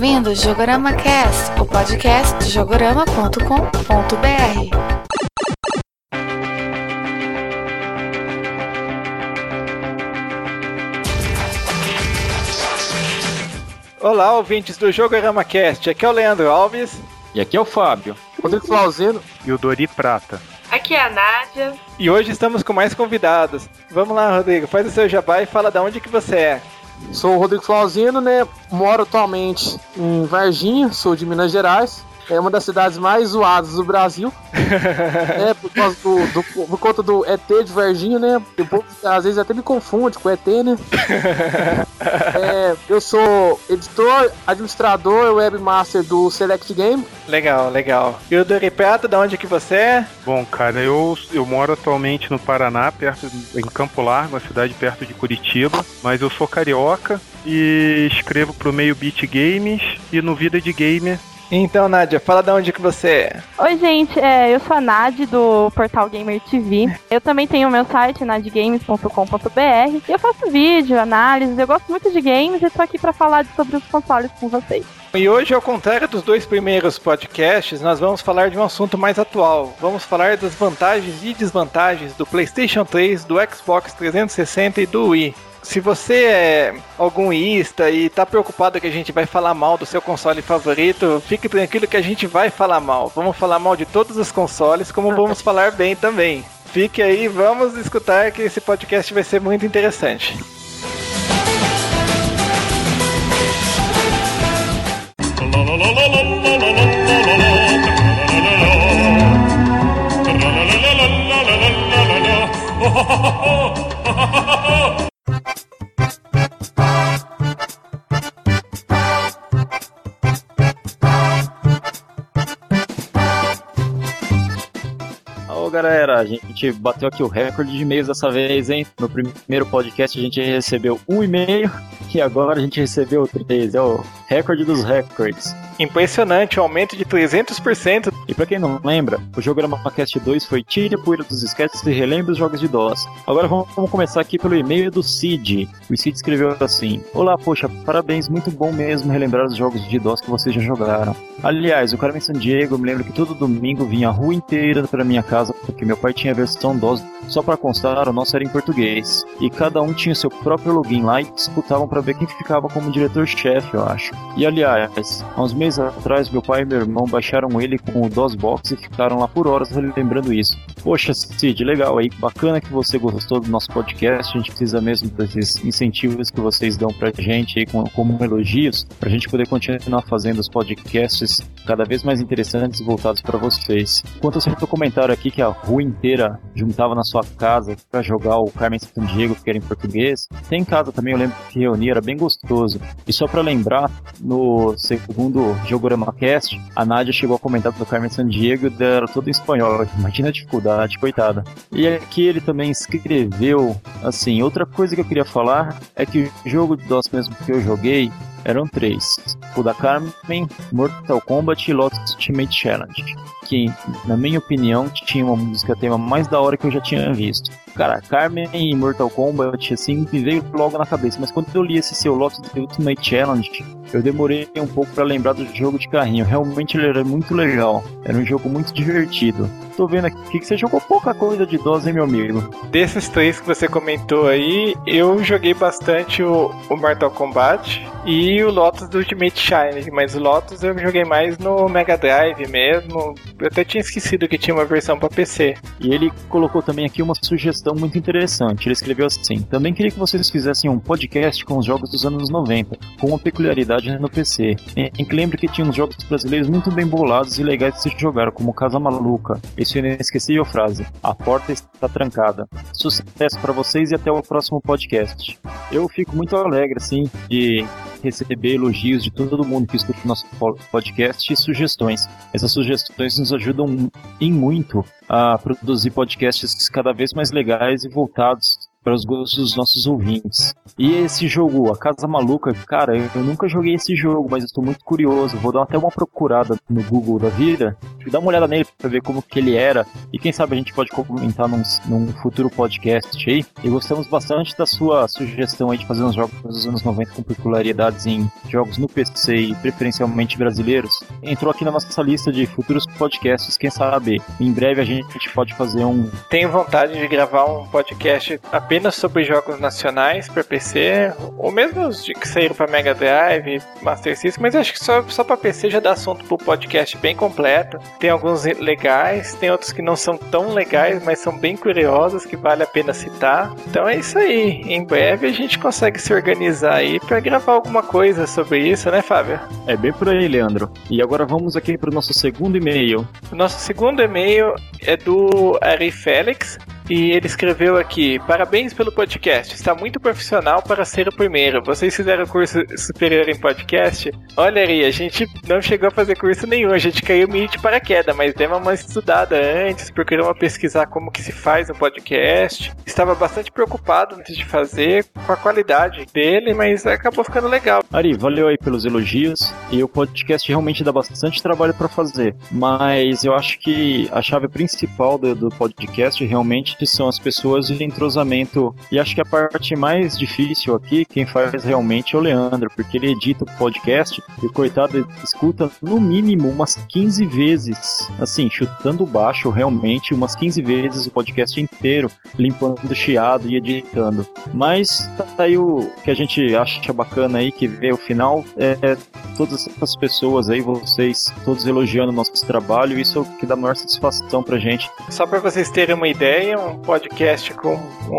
ouvindo Jogorama Cast, o podcast de jogorama.com.br. Olá, ouvintes do Jogorama Cast. Aqui é o Leandro Alves. E aqui é o Fábio. Rodrigo Flauzino e o Dori Prata. Aqui é a Nádia. E hoje estamos com mais convidados. Vamos lá, Rodrigo, faz o seu jabá e fala de onde que você é. Sou o Rodrigo Flauzino, né? Moro atualmente em Varginha, sou de Minas Gerais. É uma das cidades mais zoadas do Brasil. Por causa por conta do ET de Varginha, né? O povo às vezes até me confunde com o ET, né? Eu sou editor, administrador, webmaster do Select Game. Legal, legal. E o Dori Prata, de onde que você é? Bom, cara, eu moro atualmente no Paraná, em Campo Largo, uma cidade perto de Curitiba. Mas eu sou carioca e escrevo pro Meio Beat Games e no Vida de Gamer. Então, Nádia, fala de onde que você é. Oi, gente, eu sou a Nádia do portal Gamer TV. Eu também tenho o meu site, nadigames.com.br. E eu faço vídeo, análises, eu gosto muito de games e tô aqui pra falar sobre os consoles com vocês. E hoje, ao contrário dos dois primeiros podcasts, nós vamos falar de um assunto mais atual. Vamos falar das vantagens e desvantagens do PlayStation 3, do Xbox 360 e do Wii. Se você é algum iista e tá preocupado que a gente vai falar mal do seu console favorito, fique tranquilo que a gente vai falar mal. Vamos falar mal de todos os consoles, como vamos falar bem também. Fique aí, vamos escutar que esse podcast vai ser muito interessante. Galera, a gente bateu aqui o recorde de e-mails dessa vez, hein? No primeiro podcast a gente recebeu 1 e-mail e agora a gente recebeu 3. É o recorde dos recordes. Impressionante, um aumento de 300%. E pra quem não lembra, o Jogorama Cast 2 foi Tire a poeira dos esquetes e relembre os jogos de DOS. Agora vamos começar aqui pelo e-mail do Cid. O Cid escreveu assim: Olá, poxa, parabéns, muito bom mesmo relembrar os jogos de DOS que vocês já jogaram. Aliás, o Carmen Sandiego, eu me lembro que todo domingo vinha a rua inteira pra minha casa, porque meu pai tinha a versão DOS. Só pra constar, o nosso era em português. E cada um tinha seu próprio login lá e disputavam pra ver quem ficava como diretor-chefe, eu acho. E aliás, há uns meses atrás, meu pai e meu irmão baixaram ele com o DOSBox e ficaram lá por horas relembrando isso. Poxa, Cid, legal aí, bacana que você gostou do nosso podcast. A gente precisa mesmo desses incentivos que vocês dão pra gente aí como elogios, pra gente poder continuar fazendo os podcasts cada vez mais interessantes e voltados pra vocês. Enquanto eu sempre comentário aqui que a rua inteira juntava na sua casa pra jogar o Carmen Sandiego, que era em português, tem em casa também, eu lembro que reunia, era bem gostoso. E só pra lembrar, no segundo Jogorama Cast, a Nádia chegou a comentar do Carmen Sandiego e era todo em espanhol. Imagina a dificuldade, coitada. E aqui ele também escreveu, assim, outra coisa que eu queria falar é que o jogo de DOS mesmo que eu joguei eram 3. O da Carmen, Mortal Kombat e Lotus Ultimate Challenge, que, na minha opinião, tinha uma música tema mais da hora que eu já tinha visto. Cara, Carmen e Mortal Kombat, assim, me veio logo na cabeça, mas quando eu li esse seu Lotus Ultimate Challenge, eu demorei um pouco pra lembrar do jogo de carrinho. Realmente ele era muito legal, era um jogo muito divertido. Tô vendo aqui que você jogou pouca coisa de DOS, hein, meu amigo? Desses 3 que você comentou aí, eu joguei bastante o Mortal Kombat e o Lotus do Ultimate Challenge, mas o Lotus eu joguei mais no Mega Drive mesmo. Eu até tinha esquecido que tinha uma versão pra PC. E ele colocou também aqui uma sugestão muito interessante. Ele escreveu assim: também queria que vocês fizessem um podcast com os jogos dos anos 90, com uma peculiaridade no PC, em que lembro que tinha uns jogos brasileiros muito bem bolados e legais de se jogar, como Casa Maluca. Essa inesquecível frase: a porta está trancada. Sucesso para vocês e até o próximo podcast. Eu fico muito alegre, assim, de receber elogios de todo mundo que escuta o nosso podcast e sugestões. Essas sugestões nos ajudam em muito a produzir podcasts cada vez mais legais e voltados para os gostos dos nossos ouvintes. E esse jogo, A Casa Maluca, cara, eu nunca joguei esse jogo, mas estou muito curioso. Vou dar até uma procurada no Google da vida e dar uma olhada nele para ver como que ele era. E quem sabe a gente pode comentar num futuro podcast aí. E gostamos bastante da sua sugestão aí de fazer uns jogos dos anos 90 com peculiaridades em jogos no PC e preferencialmente brasileiros. Entrou aqui na nossa lista de futuros podcasts. Quem sabe em breve a gente pode fazer um... Tenho vontade de gravar um podcast apenas sobre jogos nacionais para PC, ou mesmo os que saíram para Mega Drive, Master System, mas acho que só para PC já dá assunto para o podcast bem completo. Tem alguns legais, tem outros que não são tão legais, mas são bem curiosos, que vale a pena citar. Então é isso aí, em breve a gente consegue se organizar aí para gravar alguma coisa sobre isso, né, Fábio? É bem por aí, Leandro. E agora vamos aqui para o nosso segundo e-mail. O nosso segundo e-mail é do Ari Félix. E ele escreveu aqui: parabéns pelo podcast, está muito profissional para ser o primeiro. Vocês fizeram curso superior em podcast? Olha aí, a gente não chegou a fazer curso nenhum, a gente caiu meio de paraquedas, mas demos uma estudada antes, procuramos pesquisar como que se faz um podcast. Estava bastante preocupado antes de fazer com a qualidade dele, mas acabou ficando legal. Ari, valeu aí pelos elogios, e o podcast realmente dá bastante trabalho para fazer, mas eu acho que a chave principal do podcast realmente são as pessoas de entrosamento, e acho que a parte mais difícil aqui, quem faz realmente é o Leandro, porque ele edita o podcast e o coitado escuta no mínimo umas 15 vezes, assim, chutando baixo realmente, umas 15 vezes o podcast inteiro, limpando o chiado e editando. Mas tá aí o que a gente acha bacana aí, que vê o final, todas essas pessoas aí, vocês todos elogiando o nosso trabalho, isso é o que dá maior satisfação pra gente. Só pra vocês terem uma ideia, um podcast com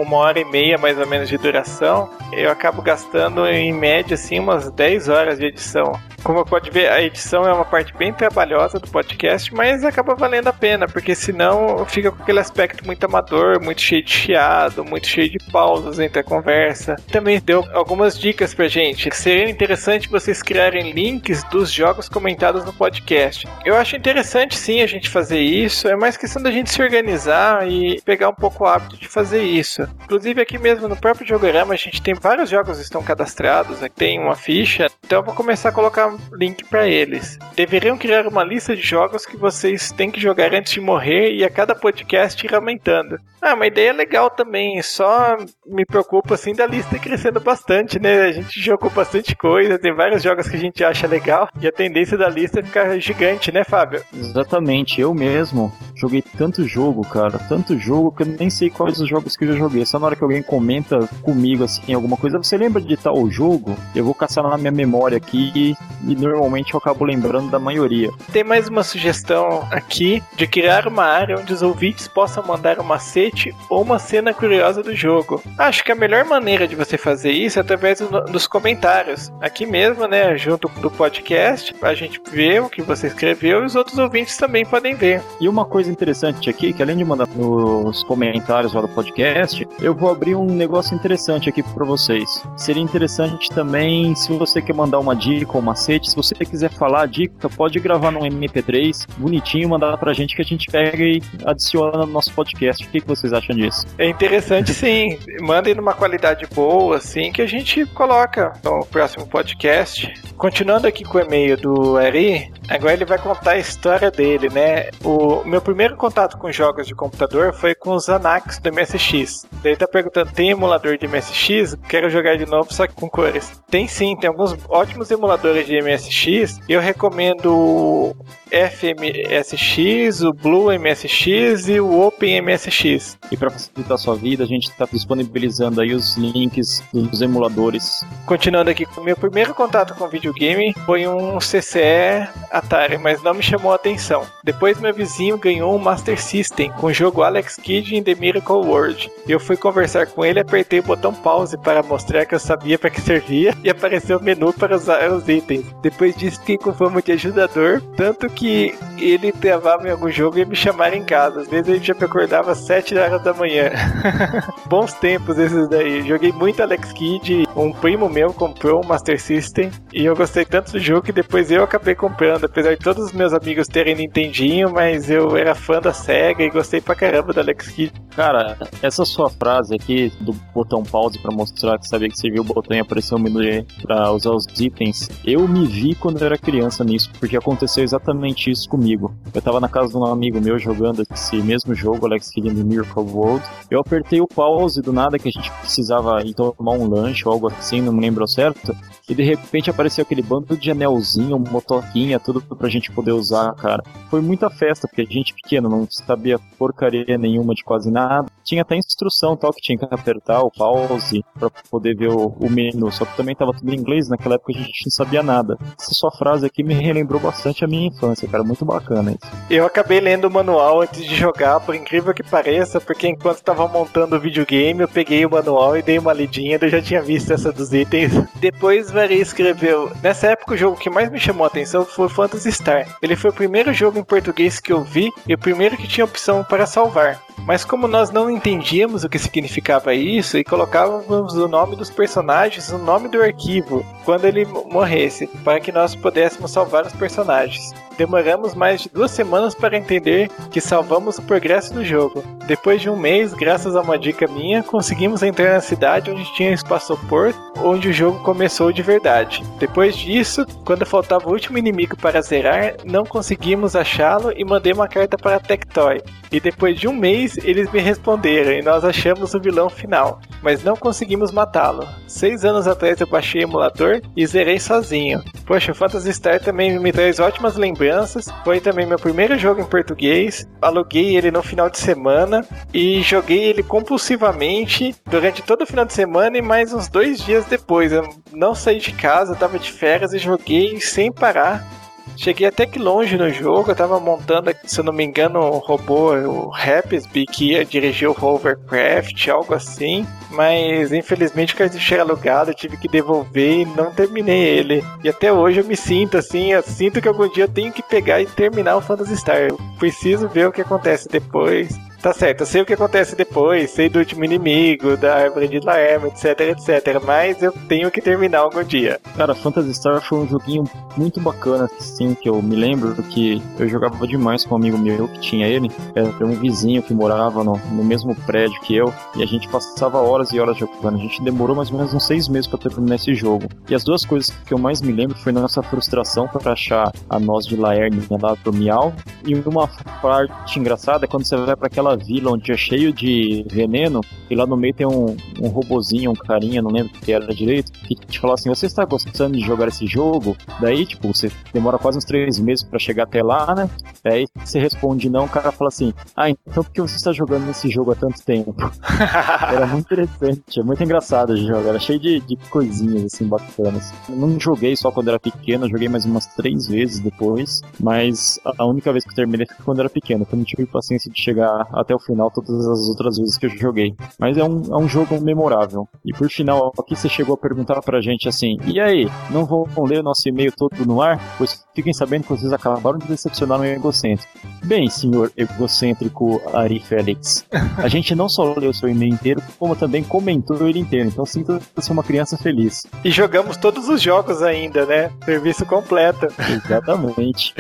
1h30 mais ou menos de duração, eu acabo gastando em média assim umas 10 horas de edição. Como pode ver, a edição é uma parte bem trabalhosa do podcast, mas acaba valendo a pena, porque senão fica com aquele aspecto muito amador, muito cheio de chiado, muito cheio de pausas entre a conversa. Também deu algumas dicas pra gente. Seria interessante vocês criarem links dos jogos comentados no podcast. Eu acho interessante sim a gente fazer isso, é mais questão da gente se organizar e pegar um pouco o hábito de fazer isso. Inclusive aqui mesmo no próprio Jogorama a gente tem vários jogos que estão cadastrados, tem uma ficha, então eu vou começar a colocar link para eles. Deveriam criar uma lista de jogos que vocês têm que jogar antes de morrer e a cada podcast ir aumentando. Uma ideia legal também, só me preocupa assim da lista crescendo bastante, né? A gente jogou bastante coisa, tem vários jogos que a gente acha legal e a tendência da lista é ficar gigante, né, Fábio? Exatamente, eu mesmo joguei tanto jogo, cara, tanto jogo que eu nem sei quais os jogos que eu já joguei. Só na hora que alguém comenta comigo assim alguma coisa, você lembra de tal jogo? Eu vou caçar na minha memória aqui e normalmente eu acabo lembrando da maioria. Tem mais uma sugestão aqui de criar uma área onde os ouvintes possam mandar um macete ou uma cena curiosa do jogo. Acho que a melhor maneira de você fazer isso é através dos comentários. Aqui mesmo, né, junto do podcast, a gente vê o que você escreveu e os outros ouvintes também podem ver. E uma coisa interessante aqui, que além de mandar nos comentários lá do podcast, eu vou abrir um negócio interessante aqui para vocês. Seria interessante também, se você quer mandar uma dica ou um macete, se você quiser falar a dica, pode gravar num MP3 bonitinho, mandar pra gente que a gente pega e adiciona no nosso podcast. O que vocês acham disso? É interessante sim, mandem numa qualidade boa assim que a gente coloca no próximo podcast. Continuando aqui com o e-mail do Ari, agora ele vai contar a história dele, né? O meu primeiro contato com jogos de computador foi com os Anax do MSX. Ele tá perguntando, tem emulador de MSX? Quero jogar de novo, só que com cores. Tem sim, tem alguns ótimos emuladores de MSX. Eu recomendo o FMSX, o Blue MSX e o Open MSX. E para facilitar a sua vida, a gente está disponibilizando aí os links dos emuladores. Continuando aqui, o meu primeiro contato com videogame foi um CCE Atari, mas não me chamou a atenção. Depois meu vizinho ganhou um Master System com o jogo Alex Kidd in the Miracle World. Eu fui conversar com ele, apertei o botão pause para mostrar que eu sabia para que servia e apareceu o menu para usar os itens. Mas depois disso fiquei com fama de ajudador, tanto que ele travava em algum jogo e ia me chamar em casa. Às vezes ele já me acordava às 7 horas da manhã. Bons tempos esses daí. Joguei muito Alex Kidd, um primo meu comprou um Master System e eu gostei tanto do jogo que depois eu acabei comprando, apesar de todos os meus amigos terem Nintendinho, mas eu era fã da Sega e gostei pra caramba do Alex Kidd. Cara, essa sua frase aqui do botão pause pra mostrar que sabia que você viu o botão e apareceu o menu pra usar os itens, eu me vi quando eu era criança nisso, porque aconteceu exatamente isso comigo. Eu tava na casa de um amigo meu jogando esse mesmo jogo, Alex Kidd in the Miracle World. Eu apertei o pause do nada que a gente precisava ir tomar um lanche ou algo assim, não me lembro certo. E de repente apareceu aquele bando de anelzinho, motoquinha, tudo pra gente poder usar, cara. Foi muita festa, porque a gente pequeno não sabia porcaria nenhuma de quase nada. Tinha até instrução tal, que tinha que apertar o pause pra poder ver o menu. Só que também tava tudo em inglês, naquela época a gente não sabia nada. Essa sua frase aqui me relembrou bastante a minha infância, cara. Muito bacana isso. Eu acabei lendo o manual antes de jogar, por incrível que pareça, porque enquanto tava montando o videogame, eu peguei o manual e dei uma lidinha, eu já tinha visto essa dos itens. Depois Vari escreveu, nessa época o jogo que mais me chamou a atenção foi o Phantasy Star. Ele foi o primeiro jogo em português que eu vi e o primeiro que tinha opção para salvar. Mas como nós não entendíamos o que significava isso e colocávamos o nome dos personagens no nome do arquivo quando ele morresse, para que nós pudéssemos salvar os personagens. Demoramos mais de 2 semanas para entender que salvamos o progresso do jogo. Depois de um mês, graças a uma dica minha, conseguimos entrar na cidade onde tinha espaçoporto, onde o jogo começou de verdade. Depois disso, quando faltava o último inimigo para zerar, não conseguimos achá-lo e mandei uma carta para a Tectoy. E depois de um mês, eles me responderam e nós achamos o vilão final, mas não conseguimos matá-lo. 6 anos atrás eu baixei o emulador e zerei sozinho. Poxa, o Phantasy Star também me traz ótimas lembranças. Foi também meu primeiro jogo em português. Aluguei ele no final de semana e joguei ele compulsivamente durante todo o final de semana e mais uns 2 dias depois. Eu não saí de casa, estava de férias e joguei sem parar. Cheguei até que longe no jogo, eu tava montando, se eu não me engano, um robô, o Rapsby, que ia dirigir o Hovercraft, algo assim. Mas infelizmente o cartucho era alugado, eu tive que devolver e não terminei ele. E até hoje eu me sinto assim, eu sinto que algum dia eu tenho que pegar e terminar o Phantasy Star. Eu preciso ver o que acontece depois. Tá certo, eu sei o que acontece depois, sei do último inimigo, da árvore de Laerma, etc, etc, mas eu tenho que terminar algum dia. Cara, Phantasy Star foi um joguinho muito bacana, assim, que eu me lembro que eu jogava demais com um amigo meu que tinha ele, era um vizinho que morava no mesmo prédio que eu, e a gente passava horas e horas jogando, a gente demorou mais ou menos uns 6 meses pra terminar esse jogo. E as 2 coisas que eu mais me lembro foi nossa frustração pra achar a noz de Laerma lá pro Miau, e uma parte engraçada é quando você vai pra aquela vila onde é cheio de veneno e lá no meio tem um robozinho, um carinha, não lembro o que era direito, que te fala assim, você está gostando de jogar esse jogo? Daí, tipo, você demora quase uns 3 meses pra chegar até lá, né? Daí você responde não, o cara fala assim, então por que você está jogando nesse jogo há tanto tempo? Era muito interessante, é muito engraçado de jogar, era cheio de coisinhas assim bacanas. Eu não joguei só quando era pequeno, eu joguei mais umas 3 vezes depois, mas a única vez que eu terminei foi quando era pequeno, eu não tive paciência de chegar até o final todas as outras vezes que eu joguei. Mas é um jogo memorável. E por final, aqui você chegou a perguntar pra gente assim, e aí, não vão ler o nosso e-mail todo no ar? Pois fiquem sabendo que vocês acabaram de decepcionar um egocêntrico. Bem, senhor egocêntrico Ari Félix, a gente não só leu o seu e-mail inteiro, como também comentou ele inteiro, então sinta-se uma criança feliz. E jogamos todos os jogos ainda, né? Serviço completo. Exatamente.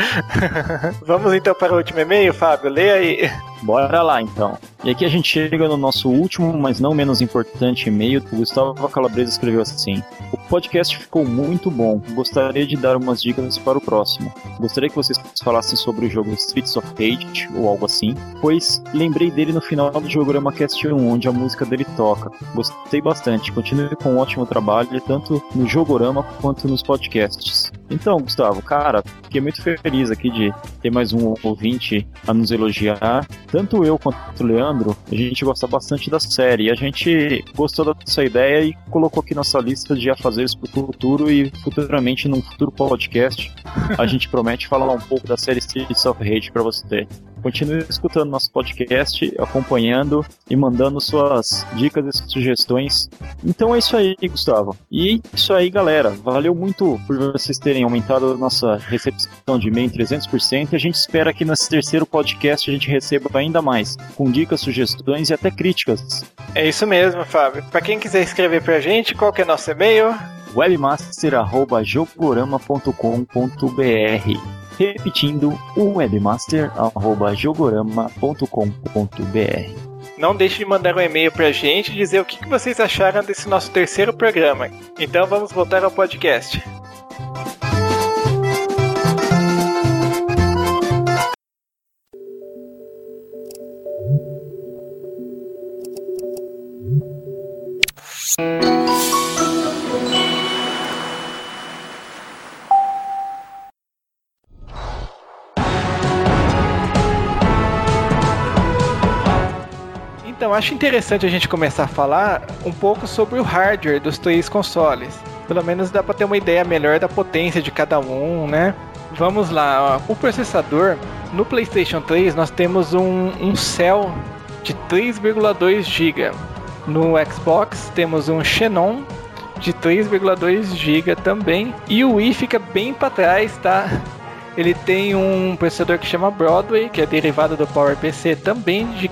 Vamos então para o último e-mail, Fábio? Lê aí. Bora lá então. E aqui a gente chega no nosso último, mas não menos importante e-mail. O Gustavo Calabresa escreveu assim: o podcast ficou muito bom. Gostaria de dar umas dicas para o próximo. Gostaria que vocês falassem sobre o jogo Streets of Rage ou algo assim, pois lembrei dele no final do Jogorama Cast 1, onde a música dele toca. Gostei bastante. Continue com um ótimo trabalho, tanto no Jogorama quanto nos podcasts. Então, Gustavo, cara, fiquei muito feliz aqui de ter mais um ouvinte a nos elogiar. Tanto eu quanto o Leandro, a gente gosta bastante da série. A gente gostou dessa ideia e colocou aqui nossa lista de afazeres para o futuro, e futuramente, num futuro podcast, a gente promete falar um pouco da série Streets of Rage para você. continue escutando nosso podcast, acompanhando e mandando suas dicas e sugestões. Então é isso aí, Gustavo. E isso aí, galera. Valeu muito por vocês terem aumentado a nossa recepção de e-mail em 300%. E a gente espera que nesse terceiro podcast a gente receba ainda mais, com dicas, sugestões e até críticas. É isso mesmo, Fábio. Para quem quiser escrever pra gente, qual que é nosso e-mail? webmaster@jogorama.com.br. Repetindo, o webmaster@jogorama.com.br. Não deixe de mandar um e-mail pra gente e dizer o que vocês acharam desse nosso terceiro programa. Então vamos voltar ao podcast. Então, acho interessante a gente começar a falar um pouco sobre o hardware dos três consoles. Pelo menos dá para ter uma ideia melhor da potência de cada um, né? Vamos lá, ó. O processador, no PlayStation 3 nós temos um Cell de 3,2 GB. No Xbox temos um Xenon de 3,2 GB também. E o Wii fica bem para trás, tá? Ele tem um processador que chama Broadway, que é derivado do PowerPC, também de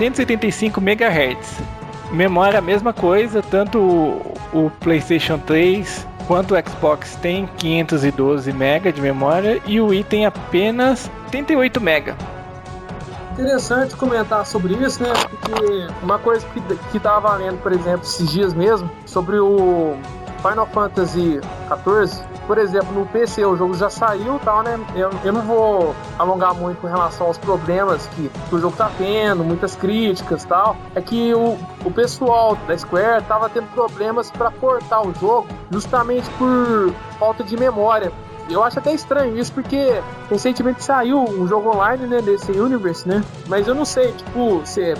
485 MHz. Memória, a mesma coisa, tanto o PlayStation 3 quanto o Xbox tem 512 MB de memória e o Wii tem apenas 88 MB. Interessante comentar sobre isso, né? Porque uma coisa que tava valendo, por exemplo, esses dias mesmo, sobre o Final Fantasy XIV. Por exemplo, no PC o jogo já saiu e tal, né? Eu não vou alongar muito com relação aos problemas que o jogo tá tendo, muitas críticas e tal. É que o pessoal da Square tava tendo problemas para portar o jogo justamente por falta de memória. Eu acho até estranho isso, porque recentemente saiu um jogo online, né, desse Universe, né? Mas eu não sei, tipo, se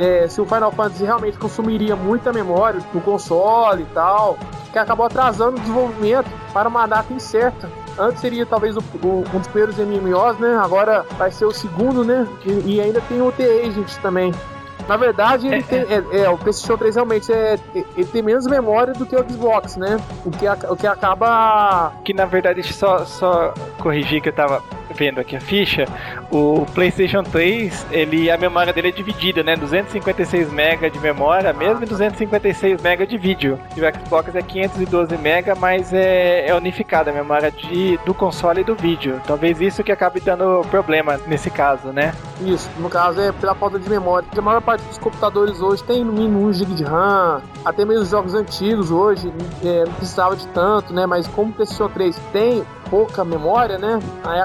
o Final Fantasy realmente consumiria muita memória no console e tal, que acabou atrasando o desenvolvimento para uma data incerta. Antes seria talvez um dos primeiros MMOs, né? Agora vai ser o segundo, né? E ainda tem o The Agent também. Na verdade, ele tem, o PlayStation 3 realmente ele tem menos memória do que o Xbox, né? O que acaba... Que na verdade, deixa eu só corrigir que eu tava vendo aqui a ficha. O PlayStation 3, a memória dele é dividida, né? 256 MB de memória mesmo e 256 MB de vídeo. E o Xbox é 512 MB, mas é unificada a memória do console e do vídeo. Talvez isso que acabe dando problema nesse caso, né? Isso, no caso é pela falta de memória. Porque a maior parte dos computadores hoje tem no mínimo 1 GB de RAM, até mesmo os jogos antigos hoje não precisava de tanto, né? Mas como o PlayStation 3 tem pouca memória, né? Aí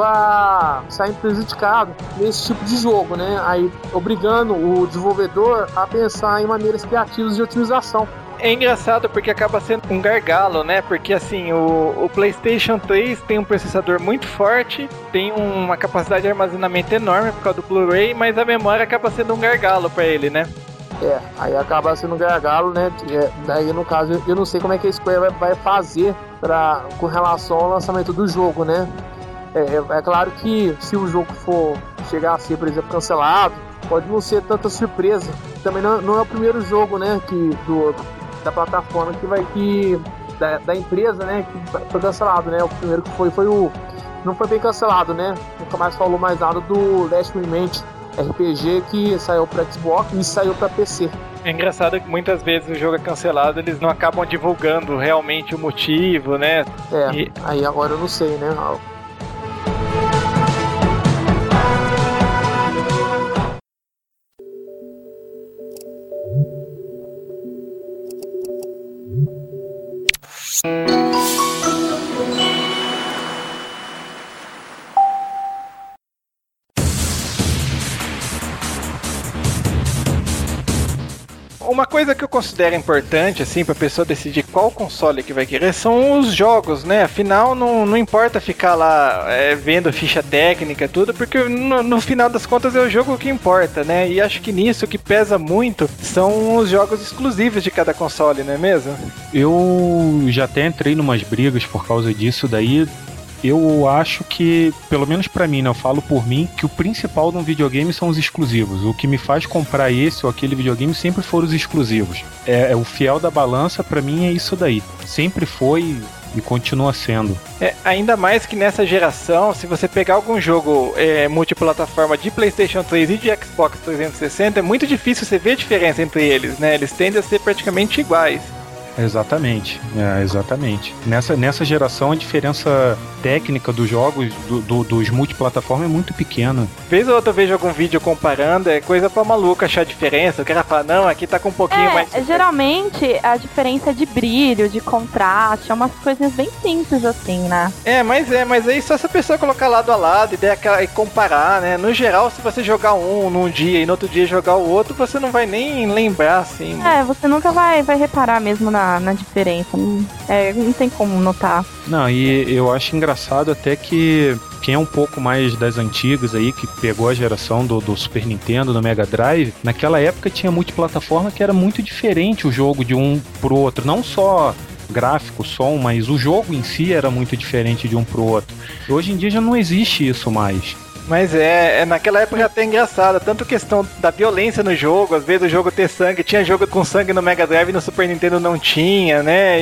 acaba saindo prejudicado nesse tipo de jogo, né? Aí obrigando o desenvolvedor a pensar em maneiras criativas de otimização. É engraçado porque acaba sendo um gargalo, né? Porque assim, o PlayStation 3 tem um processador muito forte, tem uma capacidade de armazenamento enorme por causa do Blu-ray, mas a memória acaba sendo um gargalo para ele, né? Aí acaba sendo um gargalo, né? Daí no caso, eu não sei como é que a Square vai fazer com relação ao lançamento do jogo, né? É claro que se o jogo for chegar a ser, por exemplo, cancelado, pode não ser tanta surpresa. Também não é o primeiro jogo, né? Da plataforma da empresa, né? Que foi cancelado, né? O primeiro que foi não foi bem cancelado, né? Nunca mais falou mais nada do Last Remnant RPG que saiu para Xbox e saiu para PC. É engraçado que muitas vezes o jogo é cancelado, eles não acabam divulgando realmente o motivo, né? Aí agora eu não sei, né? Uma coisa que eu considero importante, assim, pra pessoa decidir qual console que vai querer são os jogos, né? Afinal, não importa ficar lá vendo ficha técnica, tudo, porque no final das contas é o jogo que importa, né? E acho que nisso o que pesa muito são os jogos exclusivos de cada console, não é mesmo? Eu já até entrei numas brigas por causa disso daí, Eu acho que, pelo menos pra mim, né, eu falo por mim, que o principal de um videogame são os exclusivos. O que me faz comprar esse ou aquele videogame sempre foram os exclusivos. O fiel da balança, pra mim, é isso daí. Sempre foi e continua sendo. Ainda mais que nessa geração, se você pegar algum jogo multiplataforma de PlayStation 3 e de Xbox 360, é muito difícil você ver a diferença entre eles, né? Eles tendem a ser praticamente iguais. Exatamente. Nessa geração, a diferença técnica dos jogos, dos multiplataformas é muito pequena. Vez ou outra eu vejo algum vídeo comparando, é coisa pra maluco achar a diferença. O cara fala, não, aqui tá com um pouquinho mais... Geralmente a diferença é de brilho, de contraste, é umas coisas bem simples assim, né? Mas aí só se a pessoa colocar lado a lado e comparar, né? No geral, se você jogar um num dia e no outro dia jogar o outro, você não vai nem lembrar, assim. Você nunca vai reparar mesmo na diferença. Não tem como notar. Não, e eu acho engraçado até que quem é um pouco mais das antigas aí, que pegou a geração do Super Nintendo, do Mega Drive, naquela época tinha multiplataforma que era muito diferente o jogo de um pro outro. Não só gráfico, som, mas o jogo em si era muito diferente de um pro outro. Hoje em dia já não existe isso mais. Mas naquela época até engraçado, tanto questão da violência no jogo, às vezes o jogo ter sangue, tinha jogo com sangue no Mega Drive e no Super Nintendo não tinha, né?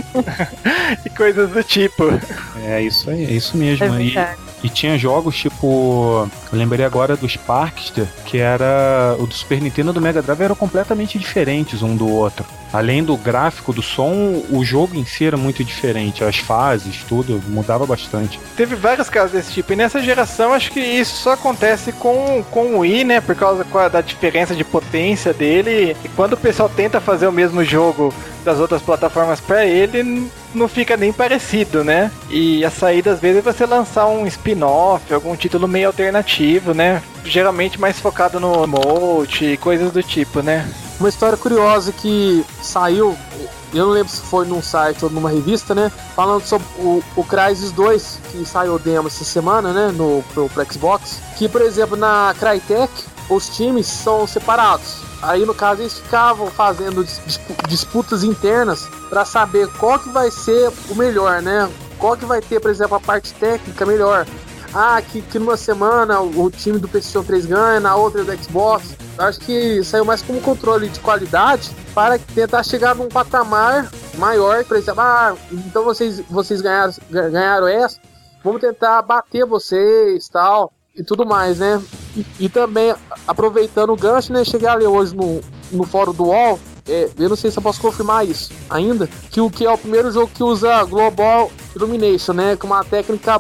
E coisas do tipo. É isso aí, é isso mesmo. E tinha jogos tipo, eu lembrei agora do Sparkster, que era o do Super Nintendo e do Mega Drive, eram completamente diferentes um do outro. Além do gráfico, do som, o jogo em si era muito diferente, as fases, tudo, mudava bastante. Teve vários casos desse tipo, e nessa geração acho que isso só acontece com o Wii, né, por causa da diferença de potência dele, e quando o pessoal tenta fazer o mesmo jogo das outras plataformas pra ele, não fica nem parecido, né? E a saída às vezes é você lançar um spin-off, algum título meio alternativo, né? Geralmente mais focado no emote e coisas do tipo, né? Uma história curiosa que saiu, eu não lembro se foi num site ou numa revista, né? Falando sobre o Crysis 2, que saiu o demo essa semana, né? Pro Xbox. Que, por exemplo, na Crytek, os times são separados. Aí, no caso, eles ficavam fazendo disputas internas para saber qual que vai ser o melhor, né? Qual que vai ter, por exemplo, a parte técnica melhor. Que numa semana o time do PlayStation 3 ganha, na outra do Xbox. Eu acho que saiu mais como controle de qualidade para tentar chegar num patamar maior. Por exemplo, então vocês ganharam essa, vamos tentar bater vocês, tal, e tudo mais, né? E também, aproveitando o gancho, né? Cheguei a ler hoje no fórum do UOL, eu não sei se eu posso confirmar isso ainda, que é o primeiro jogo que usa Global Illumination, né? Com uma técnica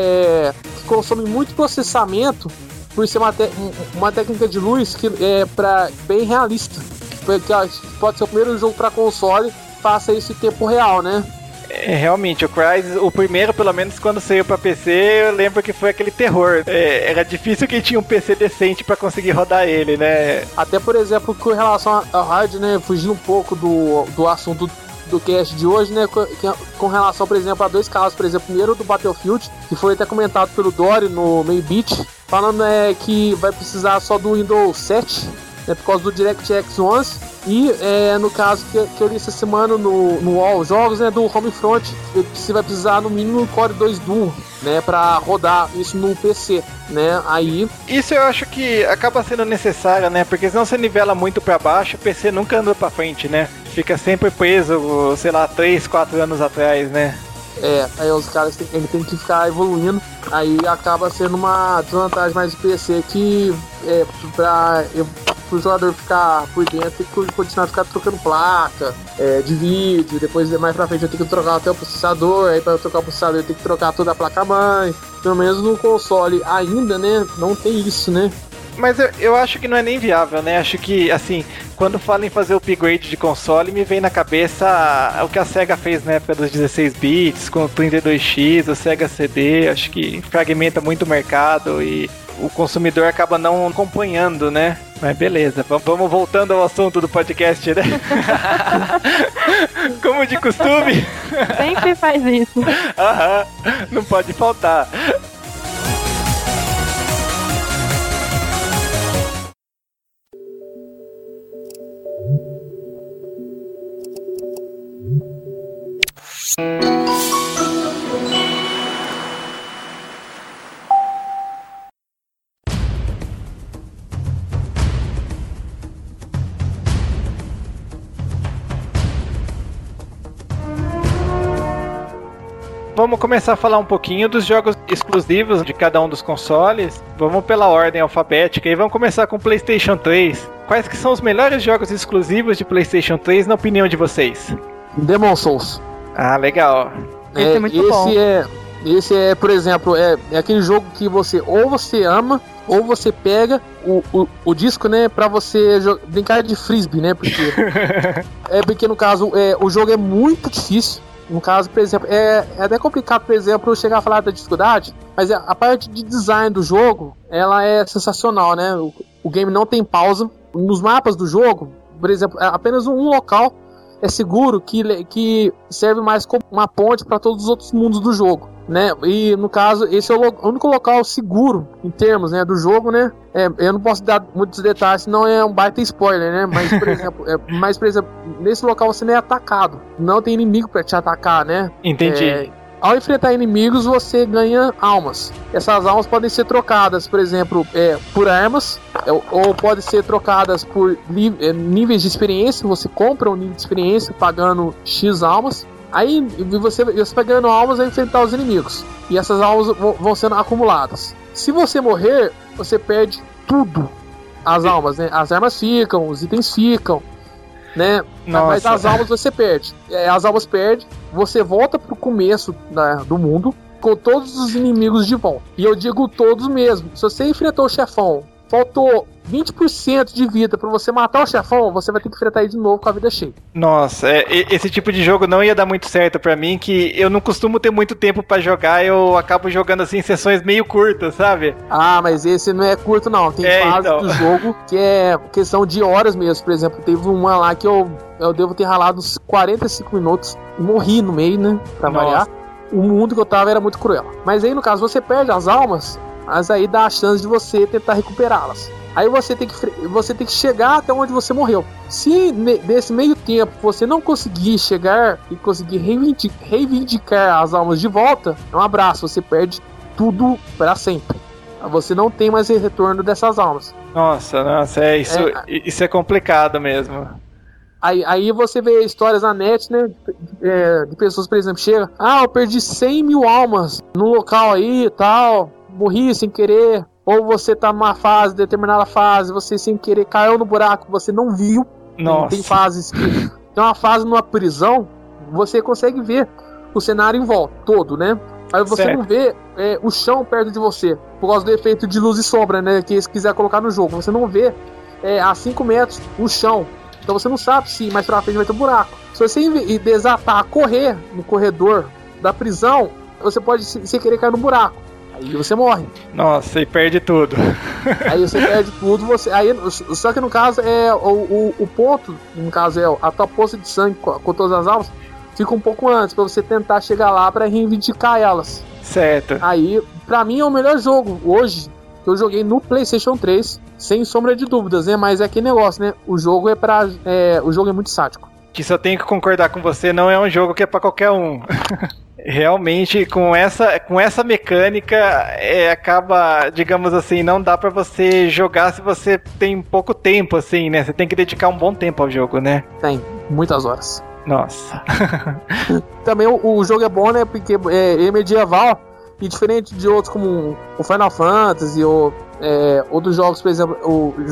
que consome muito processamento, por ser uma técnica de luz que bem realista. Porque pode ser o primeiro jogo para console faça isso em tempo real, né? Realmente, o Crysis, o primeiro, pelo menos quando saiu pra PC, eu lembro que foi aquele terror. Era difícil quem tinha um PC decente pra conseguir rodar ele, né? Até, por exemplo, com relação ao hardware, né, fugindo um pouco do assunto do cast de hoje, né, com relação, por exemplo, a dois casos, por exemplo, primeiro do Battlefield, que foi até comentado pelo Dory no Meio Beat, falando que vai precisar só do Windows 7, né, por causa do DirectX 11, e no caso que eu li essa semana no UOL Jogos, né, do Homefront, você vai precisar no mínimo Core 2 Duo, né, para rodar isso no PC, né, aí... Isso eu acho que acaba sendo necessário, né, porque senão você nivela muito para baixo, o PC nunca anda para frente, né, fica sempre preso, sei lá, 3, 4 anos atrás, né. Aí os caras tem que ficar evoluindo, aí acaba sendo uma desvantagem mais do PC que pro jogador ficar por dentro, tem que continuar a ficar trocando placa de vídeo, depois mais pra frente eu tenho que trocar até o processador, aí pra eu trocar o processador eu tenho que trocar toda a placa-mãe, pelo menos no console ainda, né, não tem isso, né. Mas eu acho que não é nem viável, né? Acho que, assim, quando falam em fazer o upgrade de console, me vem na cabeça o que a SEGA fez na época dos 16 bits, com o 32X, o SEGA CD. Acho que fragmenta muito o mercado e o consumidor acaba não acompanhando, né? Mas beleza, vamos voltando ao assunto do podcast, né? Como de costume. Sempre faz isso. Aham, não pode faltar. vamos começar a falar um pouquinho dos jogos exclusivos de cada um dos consoles. Vamos pela ordem alfabética e vamos começar com o PlayStation 3. Quais que são os melhores jogos exclusivos de PlayStation 3, na opinião de vocês? Demon's Souls. Ah, legal. Esse é muito bom. Esse é, por exemplo, é aquele jogo que você ama, ou você pega o disco, né, pra você brincar de frisbee, né, porque no caso, o jogo é muito difícil. No caso, por exemplo, é até complicado, por exemplo, chegar a falar da dificuldade, mas a parte de design do jogo, ela é sensacional, né, o game não tem pausa. Nos mapas do jogo, por exemplo, apenas um local é seguro que serve mais como uma ponte para todos os outros mundos do jogo, né? E no caso, esse é o único local seguro em termos, né, do jogo, né? Eu não posso dar muitos detalhes, senão é um baita spoiler, né? Mas por exemplo, nesse local você não é atacado, não tem inimigo para te atacar, né? Entendi. Ao enfrentar inimigos, você ganha almas. Essas almas podem ser trocadas, por exemplo, por armas, ou podem ser trocadas por níveis de experiência. Você compra um nível de experiência pagando X almas. Aí você vai ganhando almas a enfrentar os inimigos. E essas almas vão sendo acumuladas. Se você morrer, você perde tudo. As almas, né? As armas ficam, os itens ficam, né? Mas as almas você perde. As almas perde, você volta pro começo do mundo com todos os inimigos de volta. E eu digo todos mesmo. Se você enfrentou o chefão, faltou 20% de vida pra você matar o chefão, você vai ter que enfrentar ele de novo com a vida cheia. Nossa, esse tipo de jogo não ia dar muito certo pra mim, que eu não costumo ter muito tempo pra jogar, eu acabo jogando assim sessões meio curtas, sabe? Ah, mas esse não é curto não, tem fases do jogo que é questão de horas mesmo. Por exemplo, teve uma lá que eu devo ter ralado uns 45 minutos e morri no meio, né, pra variar. O mundo que eu tava era muito cruel. Mas aí no caso você perde as almas, mas aí dá a chance de você tentar recuperá-las. Aí você tem que chegar até onde você morreu. Se nesse meio tempo você não conseguir chegar e conseguir reivindicar as almas de volta, é um abraço, você perde tudo para sempre. Você não tem mais retorno dessas almas. Nossa, isso é complicado mesmo. Aí você vê histórias na net, né, de pessoas, por exemplo, chega, eu perdi 100 mil almas no local aí e tal, morri sem querer. Ou você tá numa determinada fase, você sem querer caiu no buraco, você não viu. Nossa. Tem fases que... Tem uma fase numa prisão, você consegue ver o cenário em volta, todo, né? Aí você não vê o chão perto de você, por causa do efeito de luz e sombra, né? Que se quiser colocar no jogo. Você não vê a 5 metros o chão. Então você não sabe se mais pra frente vai ter um buraco. Se você desatar, correr no corredor da prisão, você pode sem querer cair no buraco. Aí você morre. Nossa, e perde tudo. Aí você perde tudo, só que no caso o ponto, no caso a tua poça de sangue com todas as almas, fica um pouco antes, pra você tentar chegar lá pra reivindicar elas. Certo. Aí, pra mim é o melhor jogo hoje que eu joguei no PlayStation 3, sem sombra de dúvidas, né? Mas é aquele negócio, né? O jogo o jogo é muito sádico. Que só tenho que concordar com você, não é um jogo que é pra qualquer um. Realmente, com essa mecânica, acaba, digamos assim, não dá pra você jogar se você tem pouco tempo, assim, né? Você tem que dedicar um bom tempo ao jogo, né? Tem, muitas horas. Nossa. Também o jogo é bom, né? Porque é medieval, e diferente de outros como o Final Fantasy ou outros jogos, por exemplo,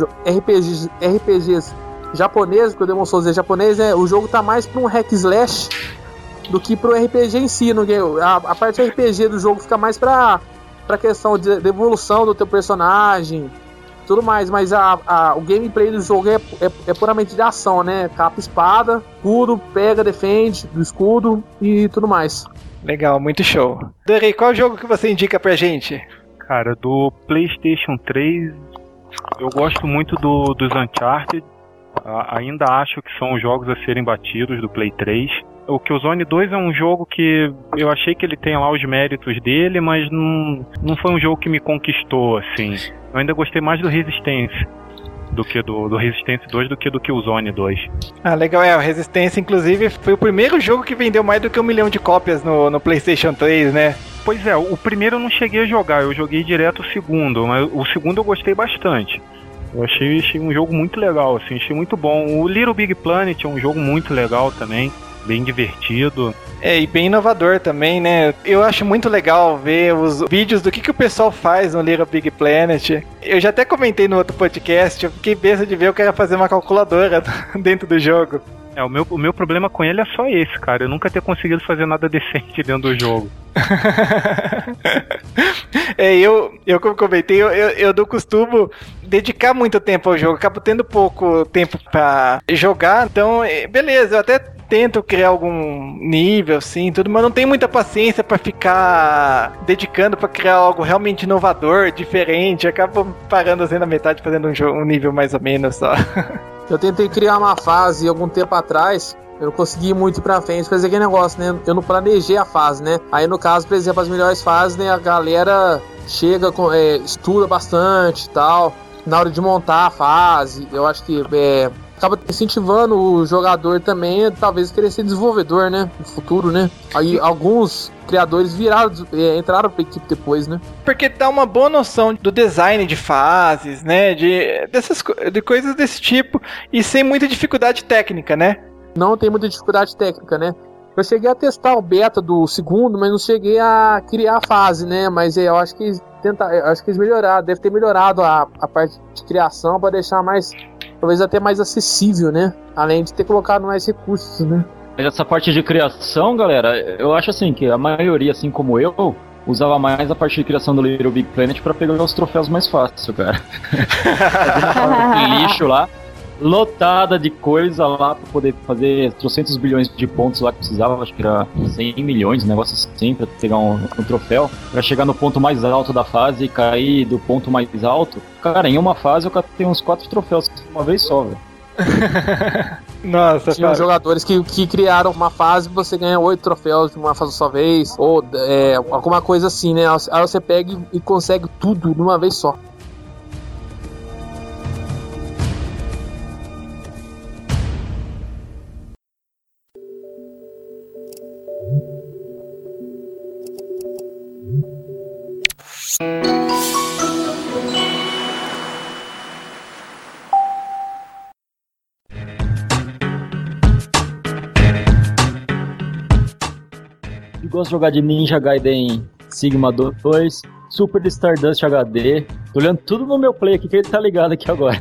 RPGs japoneses, porque o Demon's Souls é japonês, o jogo tá mais pra um hack slash do que pro RPG em si. A parte RPG do jogo fica mais pra questão de evolução do teu personagem, tudo mais, mas o gameplay do jogo é puramente de ação, né? Capa, espada, escudo, pega, defende do escudo e tudo mais. Legal, muito show. Darei, qual jogo que você indica pra gente? Cara, do PlayStation 3, eu gosto muito dos Uncharted. Ainda acho que são os jogos a serem batidos do Play 3. O Killzone 2 é um jogo que eu achei que ele tem lá os méritos dele, mas não foi um jogo que me conquistou, assim. Eu ainda gostei mais do Resistance do que do Resistance 2 do que do Killzone 2. Ah, legal, o Resistance, inclusive, foi o primeiro jogo que vendeu mais do que 1 milhão de cópias no PlayStation 3, né? Pois é, o primeiro eu não cheguei a jogar, eu joguei direto o segundo, mas o segundo eu gostei bastante. Eu achei um jogo muito legal, assim, achei muito bom. O Little Big Planet é um jogo muito legal também. bem divertido. E bem inovador também, né? Eu acho muito legal ver os vídeos do que o pessoal faz no Little Big Planet. Eu já até comentei no outro podcast, eu fiquei besta de ver eu quero fazer uma calculadora dentro do jogo. O meu problema com ele é só esse, cara. Eu nunca ter conseguido fazer nada decente dentro do jogo. Eu como comentei, eu não costumo dedicar muito tempo ao jogo. Acabo tendo pouco tempo pra jogar, então, beleza, eu até tento criar algum nível, assim, tudo, mas não tenho muita paciência pra ficar dedicando pra criar algo realmente inovador, diferente. Acabo parando assim na metade, fazendo um nível mais ou menos só. Eu tentei criar uma fase algum tempo atrás, eu não consegui ir muito pra frente, fazer aquele negócio, né? Eu não planejei a fase, né? Aí no caso, por exemplo, as melhores fases, né? A galera chega, estuda bastante e tal, na hora de montar a fase. Eu acho que acaba incentivando o jogador também, talvez querer ser desenvolvedor, né? No futuro, né? Aí alguns criadores entraram pra equipe depois, né? Porque dá uma boa noção do design de fases, né? De coisas desse tipo, e sem muita dificuldade técnica, né? Não tem muita dificuldade técnica, né? Eu cheguei a testar o beta do segundo, mas não cheguei a criar a fase, né? Mas eu acho que eles melhoraram, deve ter melhorado a parte de criação para deixar mais, talvez até mais acessível, né? Além de ter colocado mais recursos, né? Essa parte de criação, galera, eu acho assim que a maioria, assim como eu, usava mais a parte de criação do Little Big Planet pra pegar os troféus mais fácil, cara. Fazia lixo lá, lotada de coisa lá pra poder fazer 300 bilhões de pontos lá que precisava, acho que era 100 milhões, um negócio assim, pra pegar um troféu, pra chegar no ponto mais alto da fase e cair do ponto mais alto. Cara, em uma fase eu catei uns 4 troféus uma vez só, velho. Nossa, tinha jogadores que criaram uma fase que você ganha 8 troféus de uma fase só vez, ou alguma coisa assim, né? Aí você pega e consegue tudo de uma vez só. Eu gosto de jogar de Ninja Gaiden Sigma 2, Super Stardust HD. Tô olhando tudo no meu play aqui que ele tá ligado aqui agora.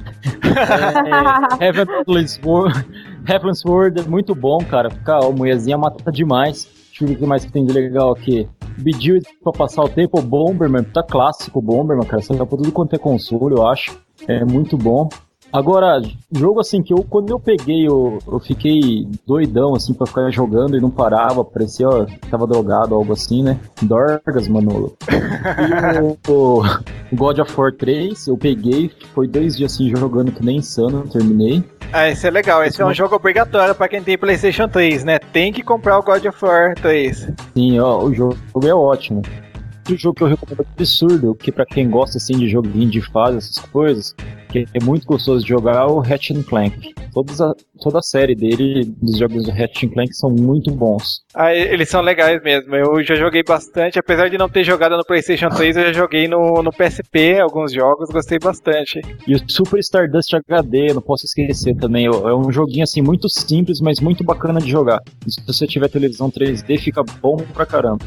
Heaven's Sword é muito bom, cara. A mulherzinha mata demais. Deixa eu ver o que mais que tem de legal aqui. Bejeweled pra passar o tempo. Bomberman, tá clássico o Bomberman, cara. Você vai pra tudo quanto é console, eu acho. É muito bom. Agora, jogo assim que quando eu peguei, eu fiquei doidão assim pra ficar jogando e não parava, parecia que tava drogado, algo assim, né? Dorgas, Manolo. E o God of War 3, eu peguei, foi 2 dias assim jogando que nem insano, terminei. Esse é legal, esse é um jogo obrigatório pra quem tem PlayStation 3, né? Tem que comprar o God of War 3. Sim, o jogo é ótimo. Outro jogo que eu recomendo absurdo, que pra quem gosta assim de joguinho de fase, essas coisas, que é muito gostoso de jogar, é o Ratchet & Clank. Toda a série dele, dos jogos do Ratchet & Clank, são muito bons. Eles são legais mesmo, eu já joguei bastante, apesar de não ter jogado no PlayStation 3, eu já joguei no PSP alguns jogos, gostei bastante. E o Super Stardust HD, não posso esquecer também, é um joguinho assim muito simples, mas muito bacana de jogar. E se você tiver televisão 3D, fica bom pra caramba.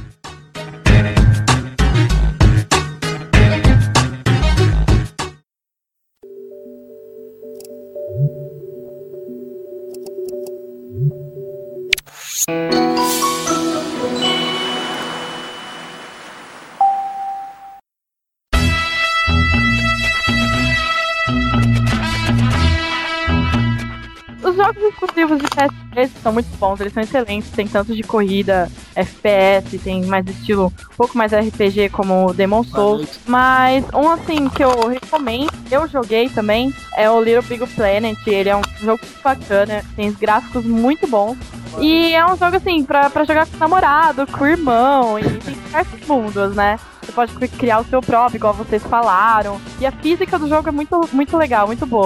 Os jogos exclusivos de PS3 são muito bons, eles são excelentes, tem tanto de corrida, FPS, tem mais estilo, um pouco mais RPG como o Demon's Souls, mas um assim que eu recomendo, eu joguei também, é o Little Big Planet. Ele é um jogo muito bacana, tem gráficos muito bons, e é um jogo assim, pra jogar com o namorado, com o irmão, e tem diversos mundos, né? Você pode criar o seu próprio, igual vocês falaram, e a física do jogo é muito, muito legal, muito boa.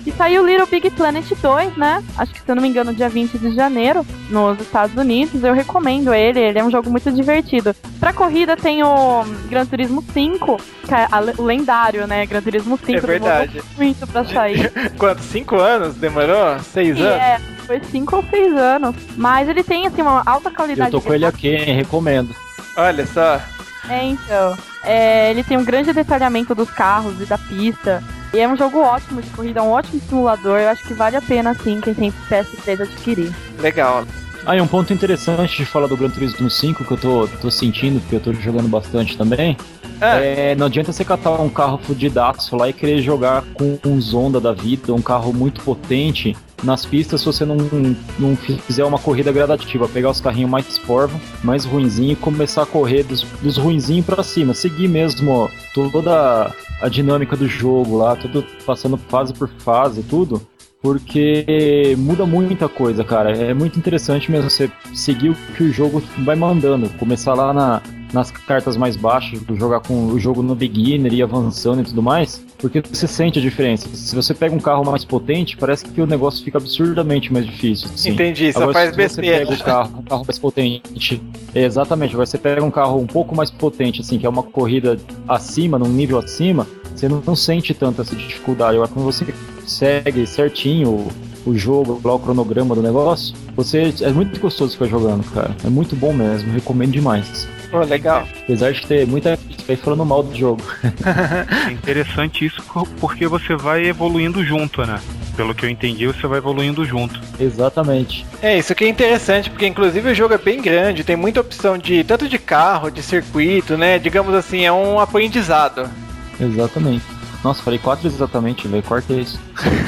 E saiu Little Big Planet 2, né? Acho que, se eu não me engano, dia 20 de janeiro, nos Estados Unidos. Eu recomendo ele é um jogo muito divertido. Pra corrida tem o Gran Turismo 5, que é o lendário, né? Gran Turismo 5. É verdade. Demorou muito pra sair. Quanto? 5 anos? Demorou? 6 anos? É, foi 5 ou 6 anos. Mas ele tem, assim, uma alta qualidade. Eu tô com ele aqui, hein? Recomendo. Olha só. Então. Ele tem um grande detalhamento dos carros e da pista. E é um jogo ótimo de corrida, um ótimo simulador. Eu acho que vale a pena, assim, quem tem PS3 adquirir. Legal. E um ponto interessante de falar do Gran Turismo 5 que eu tô sentindo, porque eu tô jogando bastante também, não adianta você catar um carro fudidaço lá e querer jogar com um Zonda da vida, um carro muito potente nas pistas se você não fizer uma corrida gradativa, pegar os carrinhos mais porvo, mais ruinzinho e começar a correr dos ruinzinhos pra cima, seguir mesmo toda a dinâmica do jogo lá, tudo passando fase por fase, tudo. Porque muda muita coisa, cara. É muito interessante mesmo você seguir o que o jogo vai mandando. Começar lá nas cartas mais baixas, jogar com o jogo no beginner e avançando e tudo mais. Porque você sente a diferença. Se você pega um carro mais potente, parece que o negócio fica absurdamente mais difícil. Assim. Entendi, só agora, faz Se besteira. você pega um carro mais potente... Exatamente, agora você pega um carro um pouco mais potente, assim, que é uma corrida acima, num nível acima, você não sente tanto essa dificuldade. Agora, quando você segue certinho o jogo, lá o cronograma do negócio, é muito gostoso ficar jogando, cara. É muito bom mesmo, recomendo demais. Pô, legal. Apesar de ter muita gente aí falando mal do jogo. É interessante isso porque você vai evoluindo junto, né? Pelo que eu entendi, você vai evoluindo junto. Exatamente. Isso aqui é interessante, porque inclusive o jogo é bem grande, tem muita opção tanto de carro, de circuito, né? Digamos assim, é um aprendizado. Exatamente. Nossa, falei 4 exatamente, velho. Corta isso.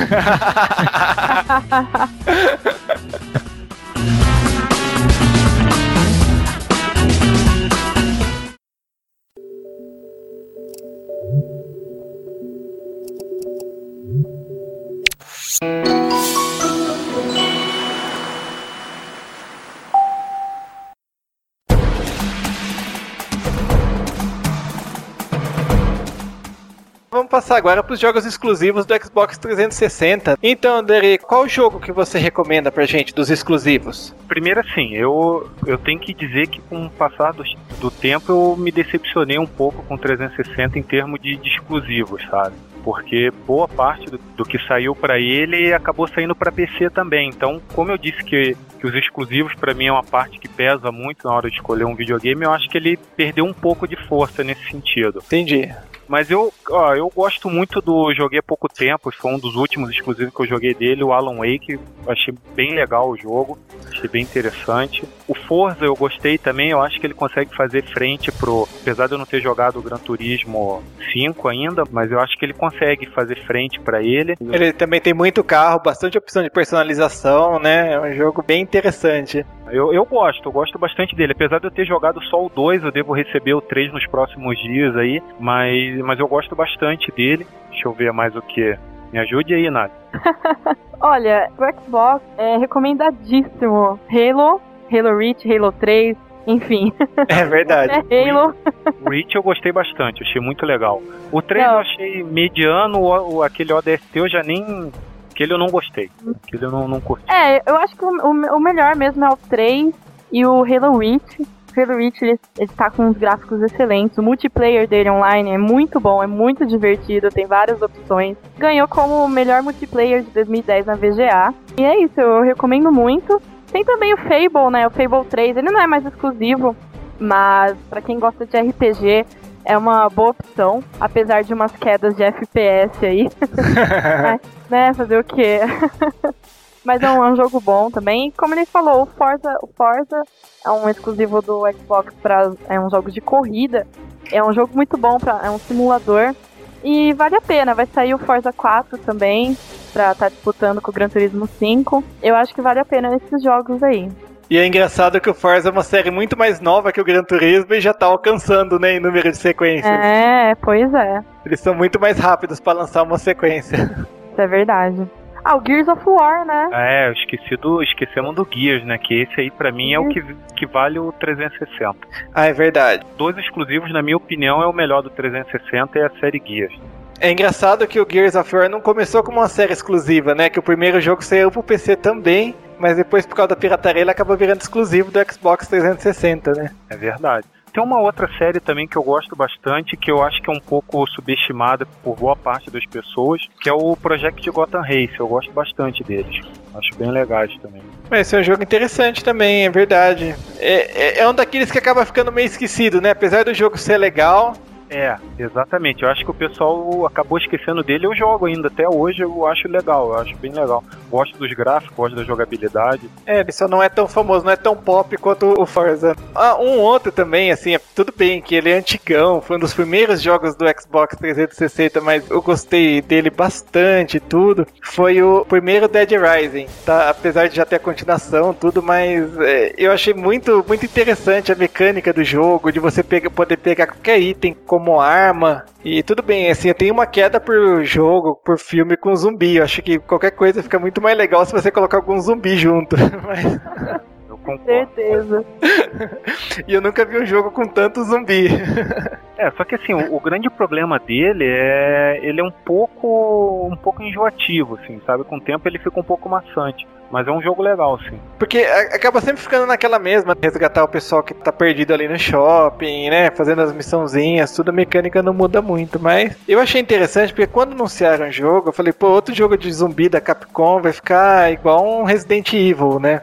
Vamos passar agora para os jogos exclusivos do Xbox 360. Então, André, qual jogo que você recomenda pra gente dos exclusivos? Primeiro, assim, eu tenho que dizer que com o passar do tempo eu me decepcionei um pouco com o 360 em termos de exclusivos, sabe? Porque boa parte do que saiu pra ele acabou saindo pra PC também. Então, como eu disse que os exclusivos pra mim é uma parte que pesa muito na hora de escolher um videogame, eu acho que ele perdeu um pouco de força nesse sentido. Entendi. Mas eu gosto muito joguei há pouco tempo, foi um dos últimos exclusivos que eu joguei dele, o Alan Wake, achei bem legal o jogo, achei bem interessante. O Forza eu gostei também, eu acho que ele consegue fazer frente apesar de eu não ter jogado o Gran Turismo 5 ainda, mas eu acho que ele consegue fazer frente pra ele. Ele também tem muito carro, bastante opção de personalização, né? É um jogo bem interessante. Eu gosto bastante dele, apesar de eu ter jogado só o 2, eu devo receber o 3 nos próximos dias aí, mas eu gosto bastante dele. Deixa eu ver mais o que. Me ajude aí, Nath. Olha, o Xbox é recomendadíssimo. Halo Reach, Halo 3, enfim. É verdade. Halo. O Reach eu gostei bastante, achei muito legal. O 3 eu achei mediano, aquele ODST eu já nem... Aquele eu não gostei. Aquele eu não curti. Eu acho que o melhor mesmo é o 3 e o Halo Reach. O Halo Reach ele tá com uns gráficos excelentes. O multiplayer dele online é muito bom, é muito divertido, tem várias opções. Ganhou como o melhor multiplayer de 2010 na VGA. E é isso, eu recomendo muito. Tem também o Fable, né? O Fable 3, ele não é mais exclusivo, mas pra quem gosta de RPG, é uma boa opção, apesar de umas quedas de FPS aí. Né, fazer o quê? Mas é um jogo bom também. Como ele falou, o Forza é um exclusivo do Xbox é um jogo de corrida. É um jogo muito bom, é um simulador. E vale a pena, vai sair o Forza 4 também, pra estar disputando com o Gran Turismo 5. Eu acho que vale a pena esses jogos aí. E é engraçado que o Forza é uma série muito mais nova que o Gran Turismo e já tá alcançando, né, em número de sequências. Pois é. Eles são muito mais rápidos pra lançar uma sequência. Isso é verdade. O Gears of War, né? Esquecemos do Gears, né? Que esse aí pra mim é o que vale o 360. É verdade. 2 exclusivos, na minha opinião, é o melhor do 360 é a série Gears. É engraçado que o Gears of War não começou como uma série exclusiva, né? Que o primeiro jogo saiu pro PC também, mas depois, por causa da pirataria, ele acabou virando exclusivo do Xbox 360, né? É verdade. Tem uma outra série também que eu gosto bastante, que eu acho que é um pouco subestimada por boa parte das pessoas, que é o Project Gotham Race. Eu gosto bastante deles. Acho bem legais também. Esse é um jogo interessante também, é verdade. É um daqueles que acaba ficando meio esquecido, né? Apesar do jogo ser legal... Exatamente. Eu acho que o pessoal acabou esquecendo dele. Eu jogo ainda, até hoje eu acho legal, eu acho bem legal. Gosto dos gráficos, gosto da jogabilidade. Ele só não é tão famoso, não é tão pop quanto o Forza. Um outro também, assim, tudo bem que ele é antigão, foi um dos primeiros jogos do Xbox 360, mas eu gostei dele bastante, tudo. Foi o primeiro Dead Rising, tá? Apesar de já ter a continuação, tudo, mas eu achei muito, muito interessante a mecânica do jogo, de você poder pegar qualquer item como arma. E tudo bem, assim, eu tenho uma queda por jogo, por filme com zumbi. Eu acho que qualquer coisa fica muito mais legal se você colocar algum zumbi junto. Mas... Com certeza. E eu nunca vi um jogo com tanto zumbi. Só que assim, o grande problema dele ele é um pouco enjoativo, assim, sabe? Com o tempo ele fica um pouco maçante. Mas é um jogo legal, sim. Porque acaba sempre ficando naquela mesma, resgatar o pessoal que tá perdido ali no shopping, né? Fazendo as missãozinhas, tudo, a mecânica não muda muito. Mas eu achei interessante, porque quando anunciaram o jogo, eu falei, pô, outro jogo de zumbi da Capcom vai ficar igual um Resident Evil, né?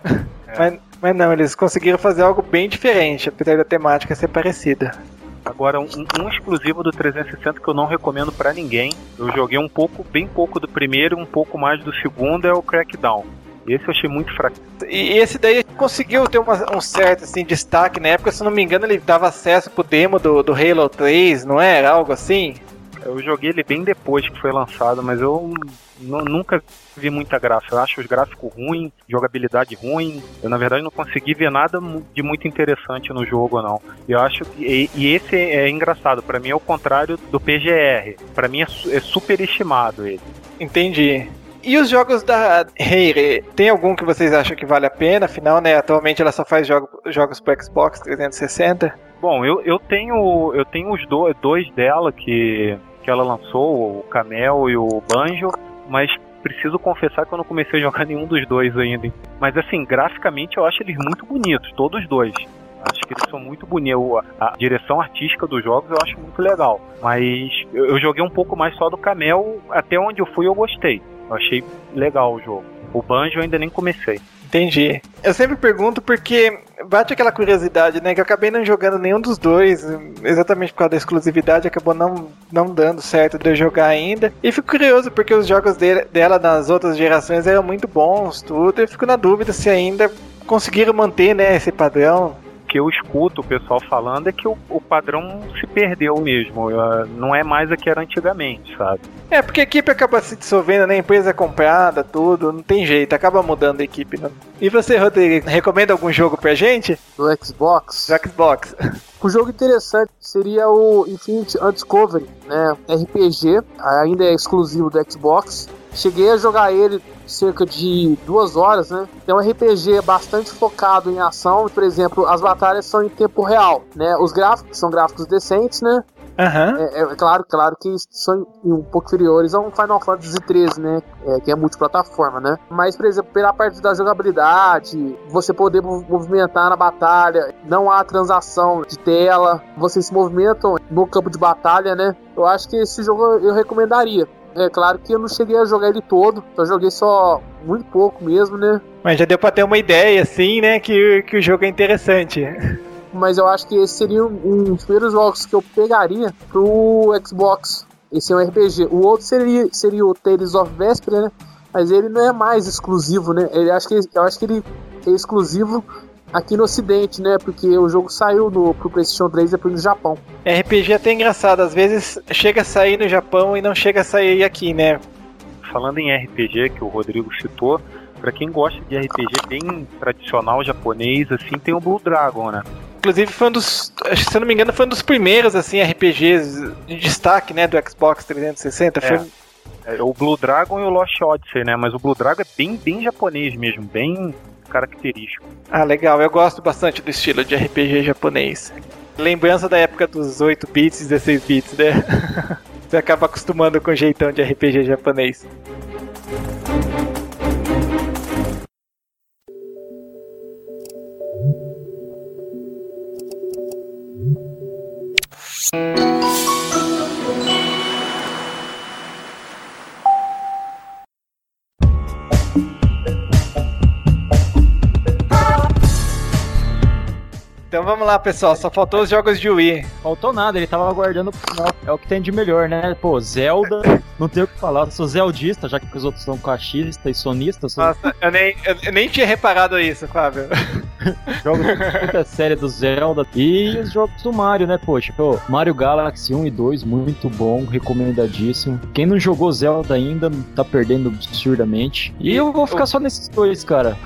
Mas não, eles conseguiram fazer algo bem diferente, apesar da temática ser parecida. Agora, um exclusivo do 360 que eu não recomendo pra ninguém. Eu joguei bem pouco do primeiro e um pouco mais do segundo, é o Crackdown. Esse eu achei muito fraco. E esse daí conseguiu ter um certo assim, destaque na época, se não me engano ele dava acesso pro demo do Halo 3, não era? Algo assim? Eu joguei ele bem depois que foi lançado, mas eu nunca vi muita graça. Eu acho os gráficos ruins, jogabilidade ruim. Eu, na verdade, não consegui ver nada de muito interessante no jogo, não. Eu acho que... E esse é engraçado. Pra mim é o contrário do PGR. Pra mim é superestimado ele. Entendi. E os jogos da Rare, tem algum que vocês acham que vale a pena? Afinal, né, atualmente ela só faz jogos pro Xbox 360. Bom, eu tenho os dois dela que ela lançou, o Camel e o Banjo, mas preciso confessar que eu não comecei a jogar nenhum dos dois ainda. Mas assim, graficamente eu acho eles muito bonitos, todos os dois. Acho que eles são muito bonitos. A direção artística dos jogos eu acho muito legal. Mas eu joguei um pouco mais só do Camel, até onde eu fui eu gostei. Eu achei legal o jogo. O Banjo eu ainda nem comecei. Entendi. Eu sempre pergunto porque bate aquela curiosidade, né? Que eu acabei não jogando nenhum dos dois, exatamente por causa da exclusividade, acabou não dando certo de eu jogar ainda. E fico curioso porque os jogos dela nas outras gerações eram muito bons, tudo. Eu fico na dúvida se ainda conseguiram manter, né, esse padrão. O que eu escuto o pessoal falando é que o padrão se perdeu mesmo, não é mais o que era antigamente, sabe? Porque a equipe acaba se dissolvendo, né? A empresa é comprada, tudo, não tem jeito, acaba mudando a equipe, né? E você, Rodrigo, recomenda algum jogo pra gente? Do Xbox? Do Xbox. Um jogo interessante seria o Infinite Undiscovery, né? RPG, ainda é exclusivo do Xbox. Cheguei a jogar ele cerca de 2 horas, né? É um RPG bastante focado em ação. Por exemplo, as batalhas são em tempo real, né? Os gráficos são gráficos decentes, né? Uhum. É claro que são um pouco inferiores a um Final Fantasy XIII, né? Que é multiplataforma, né? Mas, por exemplo, pela parte da jogabilidade, você poder movimentar na batalha, não há transação de tela, vocês se movimentam no campo de batalha, né? Eu acho que esse jogo eu recomendaria. É claro que eu não cheguei a jogar ele todo, eu joguei só muito pouco mesmo, né? Mas já deu pra ter uma ideia, assim, né? Que o jogo é interessante. Mas eu acho que esse seria um dos primeiros jogos que eu pegaria pro Xbox. Esse é um RPG. O outro seria o Tales of Vesperia, né? Mas ele não é mais exclusivo, né? Eu acho que ele é exclusivo aqui no Ocidente, né? Porque o jogo saiu pro PlayStation 3 e depois no Japão. RPG é até engraçado. Às vezes chega a sair no Japão e não chega a sair aqui, né? Falando em RPG, que o Rodrigo citou, pra quem gosta de RPG bem tradicional japonês, assim, tem o Blue Dragon, né? Inclusive foi se eu não me engano, foi um dos primeiros, assim, RPGs de destaque, né, do Xbox 360. Foi... o Blue Dragon e o Lost Odyssey, né? Mas o Blue Dragon é bem japonês mesmo, bem característico. Ah, legal. Eu gosto bastante do estilo de RPG japonês. Lembrança da época dos 8 bits e 16 bits, né? Você acaba acostumando com o jeitão de RPG japonês. Então vamos lá, pessoal, só faltou os jogos de Wii. Faltou nada, ele tava aguardando pro final. É o que tem de melhor, né? Pô, Zelda, não tenho o que falar. Eu sou zeldista, já que os outros são caixistas e sonistas. Nossa, eu nem tinha reparado isso, Fábio. Jogos da série do Zelda e os jogos do Mario, né? Poxa, pô, Mario Galaxy 1 e 2, muito bom, recomendadíssimo. Quem não jogou Zelda ainda tá perdendo absurdamente. E eu vou ficar só nesses dois, cara.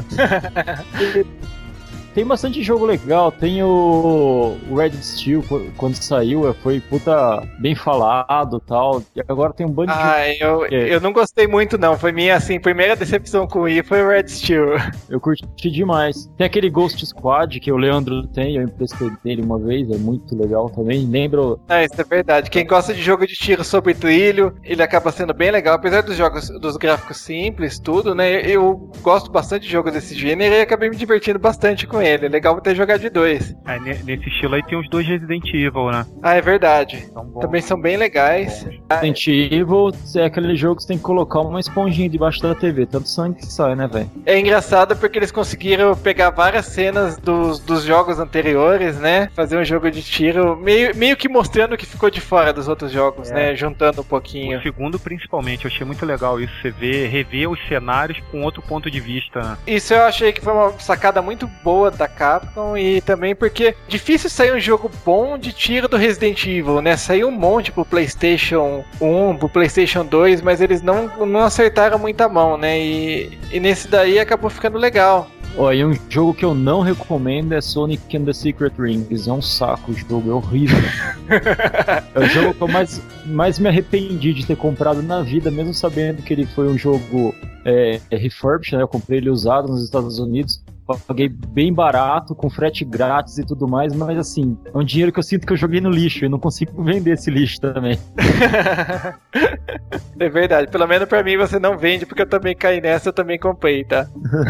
Tem bastante jogo legal, tem o Red Steel, quando saiu, foi puta bem falado e tal, e agora tem um bando de... Eu não gostei muito não, foi minha, assim, primeira decepção com o Wii foi o Red Steel. Eu curti demais. Tem aquele Ghost Squad, que o Leandro tem, eu emprestei dele uma vez, é muito legal também, lembro... Isso é verdade, quem gosta de jogo de tiro sobre trilho, ele acaba sendo bem legal, apesar dos jogos, dos gráficos simples, tudo, né, eu gosto bastante de jogos desse gênero e acabei me divertindo bastante com ele. É legal ter jogado de 2. Nesse estilo aí tem os 2 Resident Evil, né? É verdade. Também são bem legais. Resident Evil é aquele jogo que você tem que colocar uma esponjinha debaixo da TV, tanto sangue que sai, né, velho? É engraçado porque eles conseguiram pegar várias cenas dos jogos anteriores, né? Fazer um jogo de tiro, meio que mostrando o que ficou de fora dos outros jogos, né? Juntando um pouquinho. O segundo, principalmente, eu achei muito legal isso. Você rever os cenários com outro ponto de vista, né? Isso eu achei que foi uma sacada muito boa da Capcom e também porque difícil sair um jogo bom de tiro do Resident Evil, né? Saiu um monte pro PlayStation 1, pro PlayStation 2, mas eles não acertaram muita mão, né? E nesse daí acabou ficando legal. E um jogo que eu não recomendo é Sonic and the Secret Rings. É um saco o jogo, é horrível. É o jogo que eu mais me arrependi de ter comprado na vida, mesmo sabendo que ele foi um jogo refurbished, né? Eu comprei ele usado nos Estados Unidos. Paguei bem barato, com frete grátis e tudo mais, mas assim, é um dinheiro que eu sinto que eu joguei no lixo e não consigo vender esse lixo também. É verdade, pelo menos pra mim você não vende, porque eu também caí nessa, eu também comprei, tá?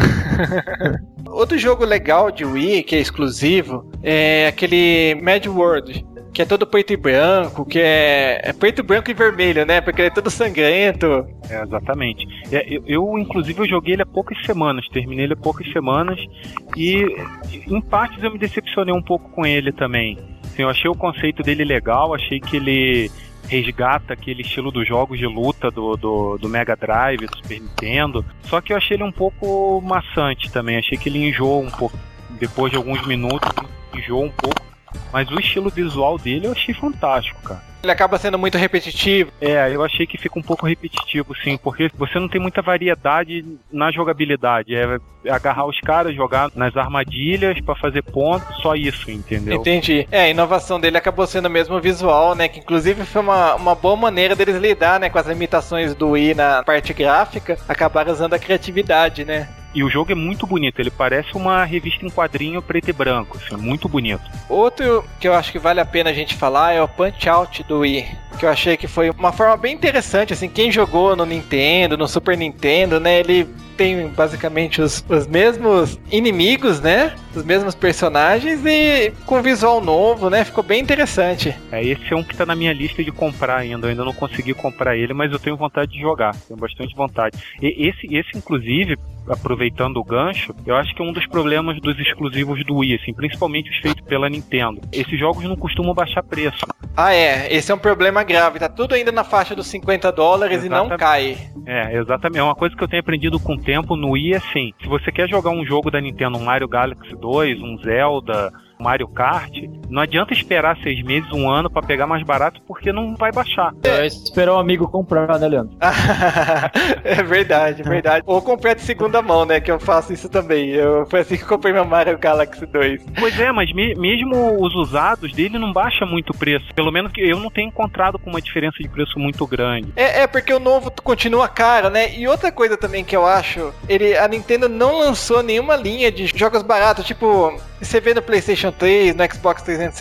Outro jogo legal de Wii, que é exclusivo, é aquele Mad World, que é todo preto e branco, que é preto, branco e vermelho, né? Porque ele é todo sangrento. Exatamente. Eu inclusive, eu joguei ele há poucas semanas, terminei ele há poucas semanas, e em partes eu me decepcionei um pouco com ele também. Assim, eu achei o conceito dele legal, achei que ele resgata aquele estilo dos jogos de luta do Mega Drive, do Super Nintendo, só que eu achei ele um pouco maçante também, achei que ele enjoou um pouco, depois de alguns minutos, enjoou um pouco. Mas o estilo visual dele eu achei fantástico, cara. Ele acaba sendo muito repetitivo. Eu achei que fica um pouco repetitivo, sim, porque você não tem muita variedade na jogabilidade. É agarrar os caras, jogar nas armadilhas pra fazer pontos, só isso, entendeu? Entendi. A inovação dele acabou sendo mesmo o visual, né? Que inclusive foi uma boa maneira deles lidar, né, com as limitações do Wii na parte gráfica, acabaram usando a criatividade, né? E o jogo é muito bonito, ele parece uma revista em quadrinho preto e branco, assim, muito bonito. Outro que eu acho que vale a pena a gente falar é o Punch-Out do Wii, que eu achei que foi uma forma bem interessante, assim, quem jogou no Nintendo, no Super Nintendo, né, ele tem basicamente os mesmos inimigos, né, os mesmos personagens e com visual novo, né, ficou bem interessante. Esse é um que tá na minha lista de comprar ainda, eu ainda não consegui comprar ele, mas eu tenho vontade de jogar, tenho bastante vontade. E esse inclusive, aproveitando o gancho, eu acho que é um dos problemas dos exclusivos do Wii, assim, principalmente os feitos pela Nintendo. Esses jogos não costumam baixar preço. Esse é um problema grave, tá tudo ainda na faixa dos $50 exatamente. E não cai. Exatamente, é uma coisa que eu tenho aprendido com o tempo no Wii, assim, se você quer jogar um jogo da Nintendo, um Mario Galaxy 2, um Zelda, Mario Kart, não adianta esperar 6 meses, 1 ano pra pegar mais barato, porque não vai baixar. É esperar um amigo comprar, né, Leandro? É verdade. Ou comprar de segunda mão, né, que eu faço isso também. Foi assim que eu comprei meu Mario Galaxy 2. Pois é, mas mesmo os usados dele não baixa muito o preço. Pelo menos que eu não tenho encontrado com uma diferença de preço muito grande. Porque o novo continua caro, né? E outra coisa também que eu acho, a Nintendo não lançou nenhuma linha de jogos baratos, tipo, você vê no PlayStation PlayStation 3, no Xbox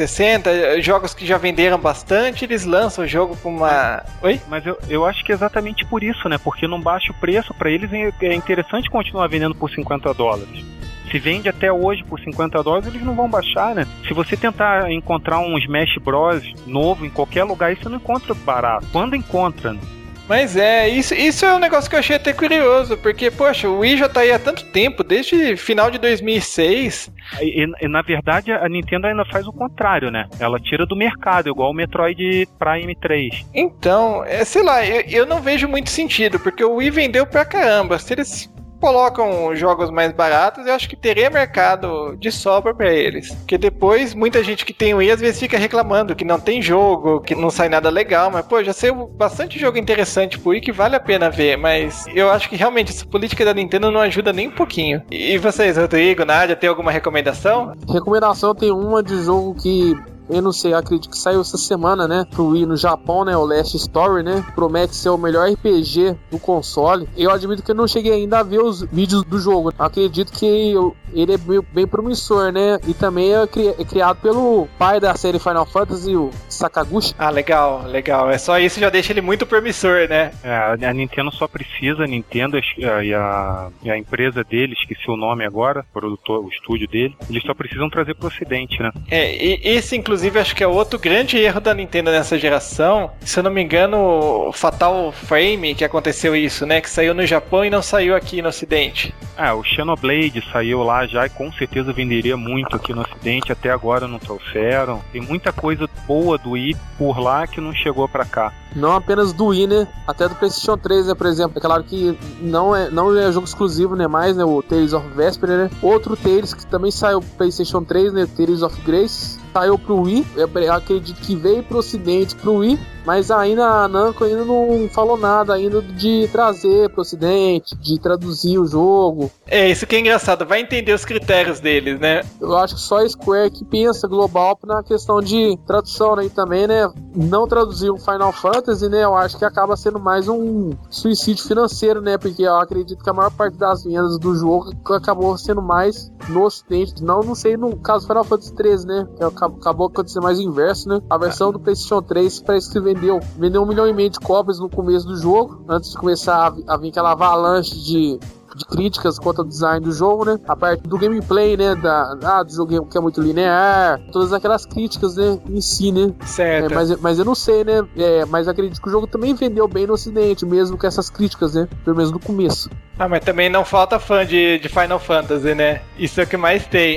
360, jogos que já venderam bastante, eles lançam o jogo com uma... Oi? Mas eu acho que é exatamente por isso, né? Porque não baixa o preço, pra eles é interessante continuar vendendo por $50. Se vende até hoje por $50, eles não vão baixar, né? Se você tentar encontrar um Smash Bros novo em qualquer lugar, isso não encontra barato. Quando encontra, né? Mas isso é um negócio que eu achei até curioso, porque, poxa, o Wii já tá aí há tanto tempo, desde final de 2006. E na verdade a Nintendo ainda faz o contrário, né? Ela tira do mercado, igual o Metroid Prime 3. Então, sei lá, eu não vejo muito sentido, porque o Wii vendeu pra caramba. Se eles colocam jogos mais baratos, eu acho que teria mercado de sobra pra eles. Porque depois, muita gente que tem o Wii às vezes fica reclamando que não tem jogo, que não sai nada legal, mas pô, já saiu bastante jogo interessante pro Wii que vale a pena ver, mas eu acho que realmente essa política da Nintendo não ajuda nem um pouquinho. E vocês, Rodrigo, Nádia, tem alguma recomendação? Recomendação tem uma de jogo que... eu não sei, acredito que saiu essa semana, né? Pro Wii no Japão, né? O Last Story, né? Promete ser o melhor RPG do console. Eu admito que eu não cheguei ainda a ver os vídeos do jogo. Acredito que ele é bem promissor, né? E também é criado pelo pai da série Final Fantasy, o Sakaguchi. Ah, legal. É só isso já deixa ele muito promissor, né? A Nintendo só precisa, a Nintendo e a empresa dele, esqueci o nome agora, o estúdio dele, eles só precisam trazer pro ocidente, né? E esse, inclusive, acho que é outro grande erro da Nintendo nessa geração. Se eu não me engano, o Fatal Frame, que aconteceu isso, né? Que saiu no Japão e não saiu aqui no ocidente. O Xenoblade saiu lá já e com certeza venderia muito aqui no ocidente, até agora não trouxeram. Tem muita coisa boa do Wii por lá que não chegou pra cá. Não apenas do Wii, né? Até do PlayStation 3, né? Por exemplo. É claro que não é jogo exclusivo, né? Mais, né? O Tales of Vesper, né? Outro Tales que também saiu pro PlayStation 3, né? Tales of Grace. Saiu pro Wii. Eu acredito que veio pro ocidente, pro Wii. Mas ainda a Namco ainda não falou nada ainda de trazer pro ocidente, de traduzir o jogo. Isso que é engraçado. Vai entender os critérios deles, né? Eu acho que só a Square que pensa global na questão de tradução, né? E também, né? Não traduzir o Final Fantasy, né? Eu acho que acaba sendo mais um suicídio financeiro, né? Porque eu acredito que a maior parte das vendas do jogo acabou sendo mais no ocidente. Não sei no caso do Final Fantasy 13, né? Acabou acontecendo mais o inverso, né? A versão do PlayStation 3 parece que vendeu 1,5 milhão de cópias no começo do jogo, antes de começar a vir aquela avalanche de críticas quanto ao design do jogo, né? A parte do gameplay, né? Do jogo que é muito linear, todas aquelas críticas, né? Em si, né? Certo. Mas eu não sei, né? Mas acredito que o jogo também vendeu bem no ocidente, mesmo com essas críticas, né? Pelo menos no começo. Mas também não falta fã de Final Fantasy, né? Isso é o que mais tem.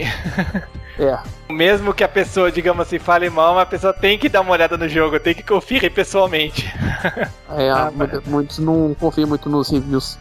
Mesmo que a pessoa, digamos assim, fale mal, a pessoa tem que dar uma olhada no jogo, tem que conferir pessoalmente. Muitos não confiam muito nos reviews.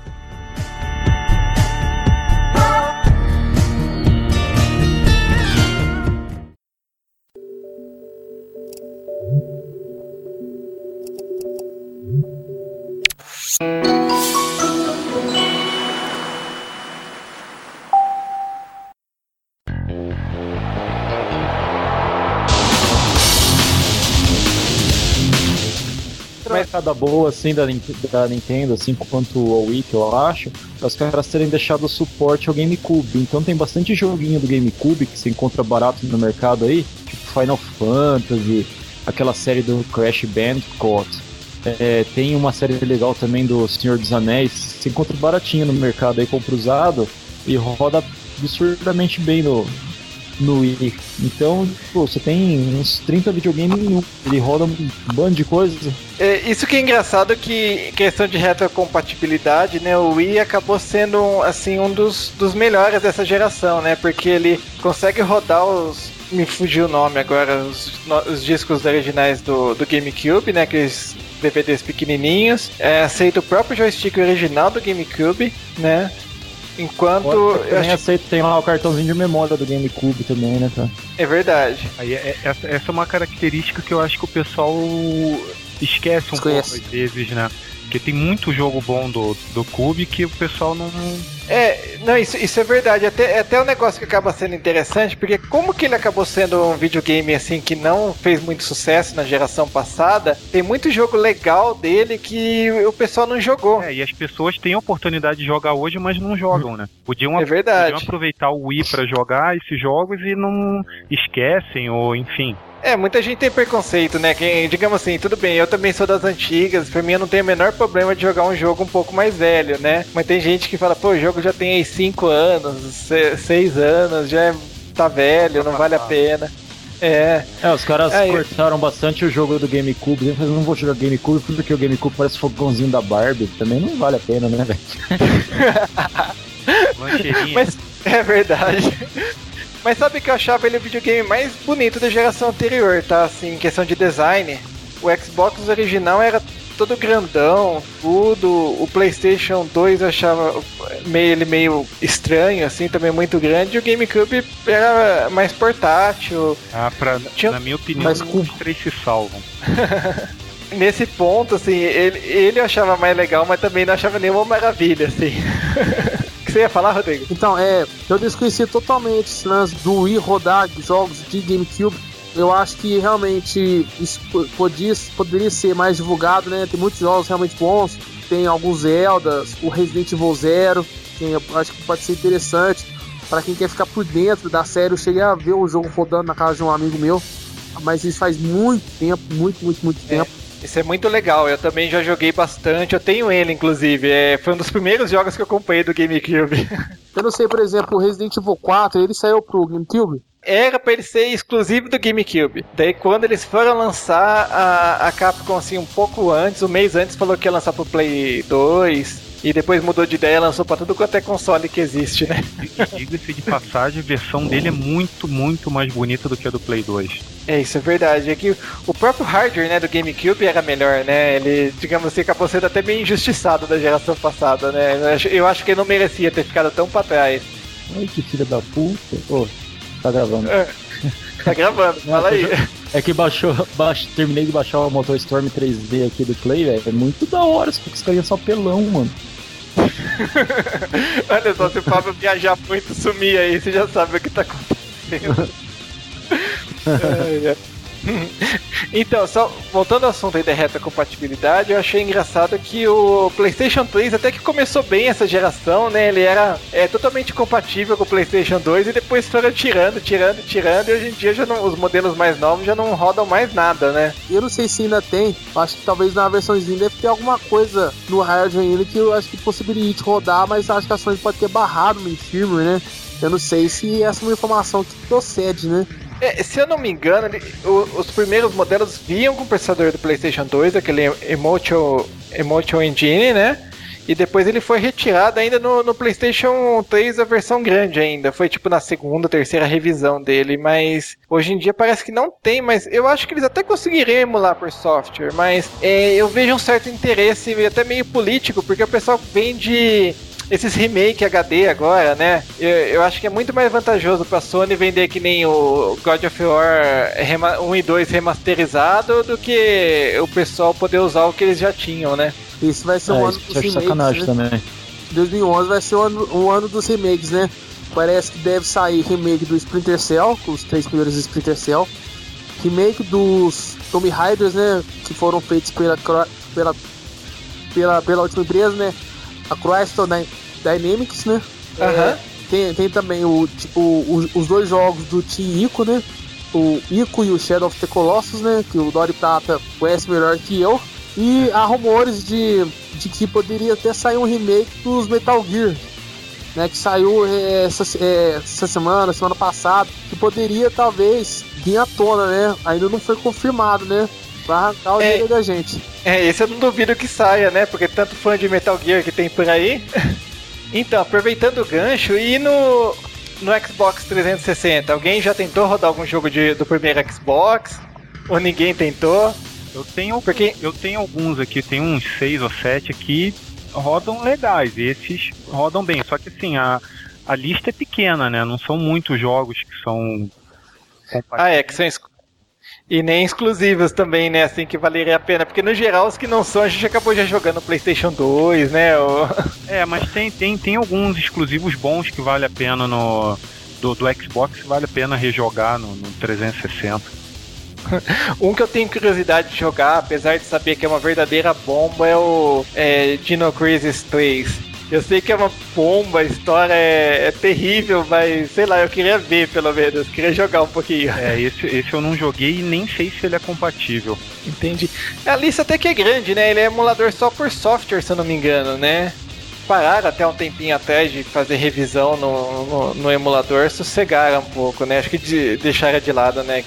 Cada boa assim da Nintendo, assim quanto ao Wii, que eu acho, é os caras terem deixado o suporte ao GameCube. Então tem bastante joguinho do GameCube que se encontra barato no mercado aí, tipo Final Fantasy, aquela série do Crash Bandicoot. Tem uma série legal também do Senhor dos Anéis, se encontra baratinho no mercado aí, compra usado e roda absurdamente bem no Wii. Então, você tem uns 30 videogames em um. Ele roda um bando de coisas. Isso que é engraçado, que questão de retrocompatibilidade, né? O Wii acabou sendo assim, um dos melhores dessa geração, né? Porque ele consegue rodar me fugiu o nome agora, os discos originais do GameCube, né? Aqueles DVDs pequenininhos. Aceita o próprio joystick original do GameCube, né? Enquanto também aceito, tem lá o cartãozinho de memória do GameCube também, né, cara? É verdade. Aí essa é uma característica que eu acho que o pessoal esquece um pouco às vezes, né? Porque tem muito jogo bom do Cube que o pessoal não... Não, isso é verdade. Até um negócio que acaba sendo interessante, porque como que ele acabou sendo um videogame assim que não fez muito sucesso na geração passada, tem muito jogo legal dele que o pessoal não jogou. E as pessoas têm a oportunidade de jogar hoje, mas não jogam, né? Podiam aproveitar o Wii pra jogar esses jogos e não esquecem, ou enfim... Muita gente tem preconceito, né? Digamos assim, tudo bem, eu também sou das antigas, pra mim eu não tenho o menor problema de jogar um jogo um pouco mais velho, né? Mas tem gente que fala, pô, o jogo já tem aí 5 anos, 6 anos, já tá velho, não vale a pena. Os caras cortaram bastante o jogo do GameCube, mas não vou jogar GameCube porque o GameCube parece o fogãozinho da Barbie, também não vale a pena, né, velho? Mas é verdade. Mas sabe que eu achava ele o videogame mais bonito da geração anterior, tá? Assim, em questão de design. O Xbox original era todo grandão, tudo. O PlayStation 2 eu achava ele meio estranho, assim, também muito grande. E o GameCube era mais portátil. Na minha opinião, os três se salvam. Nesse ponto, assim, ele eu achava mais legal, mas também não achava nenhuma maravilha, assim. O que você ia falar, Rodrigo? Então, eu desconheci totalmente esse lance do Wii rodar jogos de GameCube. Eu acho que realmente isso poderia ser mais divulgado, né? Tem muitos jogos realmente bons, tem alguns Zeldas, o Resident Evil Zero, que eu acho que pode ser interessante para quem quer ficar por dentro da série. Eu cheguei a ver o jogo rodando na casa de um amigo meu, mas isso faz muito tempo, muito tempo. Isso é muito legal, eu também já joguei bastante, eu tenho ele inclusive, foi um dos primeiros jogos que eu comprei do GameCube. Eu não sei, por exemplo, o Resident Evil 4, ele saiu pro GameCube? Era pra ele ser exclusivo do GameCube. Daí quando eles foram lançar, a Capcom assim um pouco antes, um mês antes, falou que ia lançar pro Play 2... E depois mudou de ideia, lançou pra tudo quanto é console que existe, né? E diga-se de passagem, a versão dele é muito mais bonita do que a do Play 2. Isso é verdade. É que o próprio hardware, né, do GameCube era melhor, né? Ele, digamos assim, acabou sendo até meio injustiçado da geração passada, né? Eu acho que ele não merecia ter ficado tão pra trás. Ai, que filha da puta. Tá gravando. Tá gravando, fala aí. É que terminei de baixar o MotorStorm 3D aqui do Play, velho. É muito da hora, você fica com carinha só pelão, mano. Olha só, se o Fábio viajar muito, sumir aí, você já sabe o que tá acontecendo. Então, só voltando ao assunto aí da retrocompatibilidade, eu achei engraçado que o PlayStation 3 até que começou bem essa geração, né? Ele era totalmente compatível com o PlayStation 2 e depois foram tirando e hoje em dia os modelos mais novos já não rodam mais nada, né? Eu não sei se ainda tem, acho que talvez na versãozinha deve ter alguma coisa no hardware ainda que eu acho que possibilite rodar, mas acho que a Sony pode ter barrado no firmware, né? Eu não sei se essa é uma informação que procede, né? Se eu não me engano, os primeiros modelos vinham com o processador do PlayStation 2, aquele Emotion Engine, né? E depois ele foi retirado ainda no PlayStation 3, a versão grande ainda. Foi tipo na segunda, terceira revisão dele, mas hoje em dia parece que não tem, mas eu acho que eles até conseguiriam emular por software, mas eu vejo um certo interesse, até meio político, porque o pessoal vende esses remake HD agora, né? Eu acho que é muito mais vantajoso pra Sony vender que nem o God of War 1 e 2 remasterizado do que o pessoal poder usar o que eles já tinham, né? Isso vai ser um ano dos remakes, sacanagem, né? Também. 2011 vai ser o ano dos remakes, né? Parece que deve sair remake do Splinter Cell, com os 3 primeiros Splinter Cell. Remake dos Tomb Raiders, né? Que foram feitos pela última empresa, né? A Crystal Dynamics, né? Tem também os 2 jogos do Team Ico, né? O Ico e o Shadow of the Colossus, né? Que o Dori Prata conhece melhor que eu. E há rumores de que poderia até sair um remake dos Metal Gear, né? Que saiu essa semana passada, que poderia talvez vir à tona, né? Ainda não foi confirmado, né? Vai arrancar o dinheiro da gente. Esse eu não duvido que saia, né? Porque tanto fã de Metal Gear que tem por aí. Então, aproveitando o gancho, e no Xbox 360, alguém já tentou rodar algum jogo do primeiro Xbox? Ou ninguém tentou? Eu tenho alguns aqui, tem uns 6 ou 7 aqui, rodam legais, esses rodam bem. Só que assim, a lista é pequena, né? Não são muitos jogos que são compatíveis. Que são E nem exclusivos também, né? Assim, que valeria a pena. Porque no geral, os que não são, a gente acabou já jogando PlayStation 2, né? Mas tem alguns exclusivos bons que vale a pena do Xbox, vale a pena rejogar no 360. Um que eu tenho curiosidade de jogar, apesar de saber que é uma verdadeira bomba, é o Dino Crisis 3. Eu sei que é uma bomba, a história é terrível, mas sei lá, eu queria ver pelo menos, queria jogar um pouquinho. Esse eu não joguei e nem sei se ele é compatível. Entendi. A lista até que é grande, né? Ele é emulador só por software, se eu não me engano, né? Pararam até um tempinho atrás de fazer revisão no emulador, sossegaram um pouco, né? Acho que deixaram de lado, né?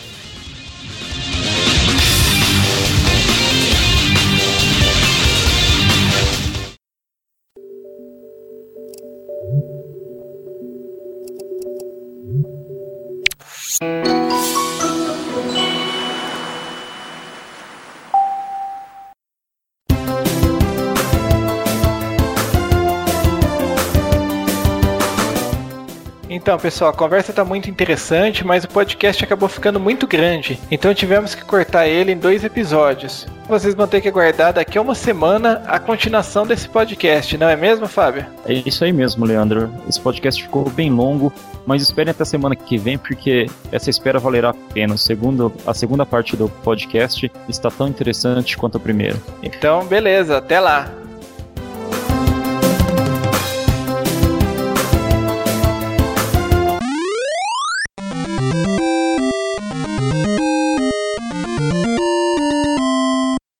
Então, pessoal, a conversa tá muito interessante, mas o podcast acabou ficando muito grande, então tivemos que cortar ele em 2 episódios. Vocês vão ter que aguardar daqui a uma semana a continuação desse podcast, não é mesmo, Fábio? É isso aí mesmo, Leandro. Esse podcast ficou bem longo, mas esperem até a semana que vem, porque essa espera valerá a pena. A segunda parte do podcast está tão interessante quanto a primeira. Então, beleza, até lá!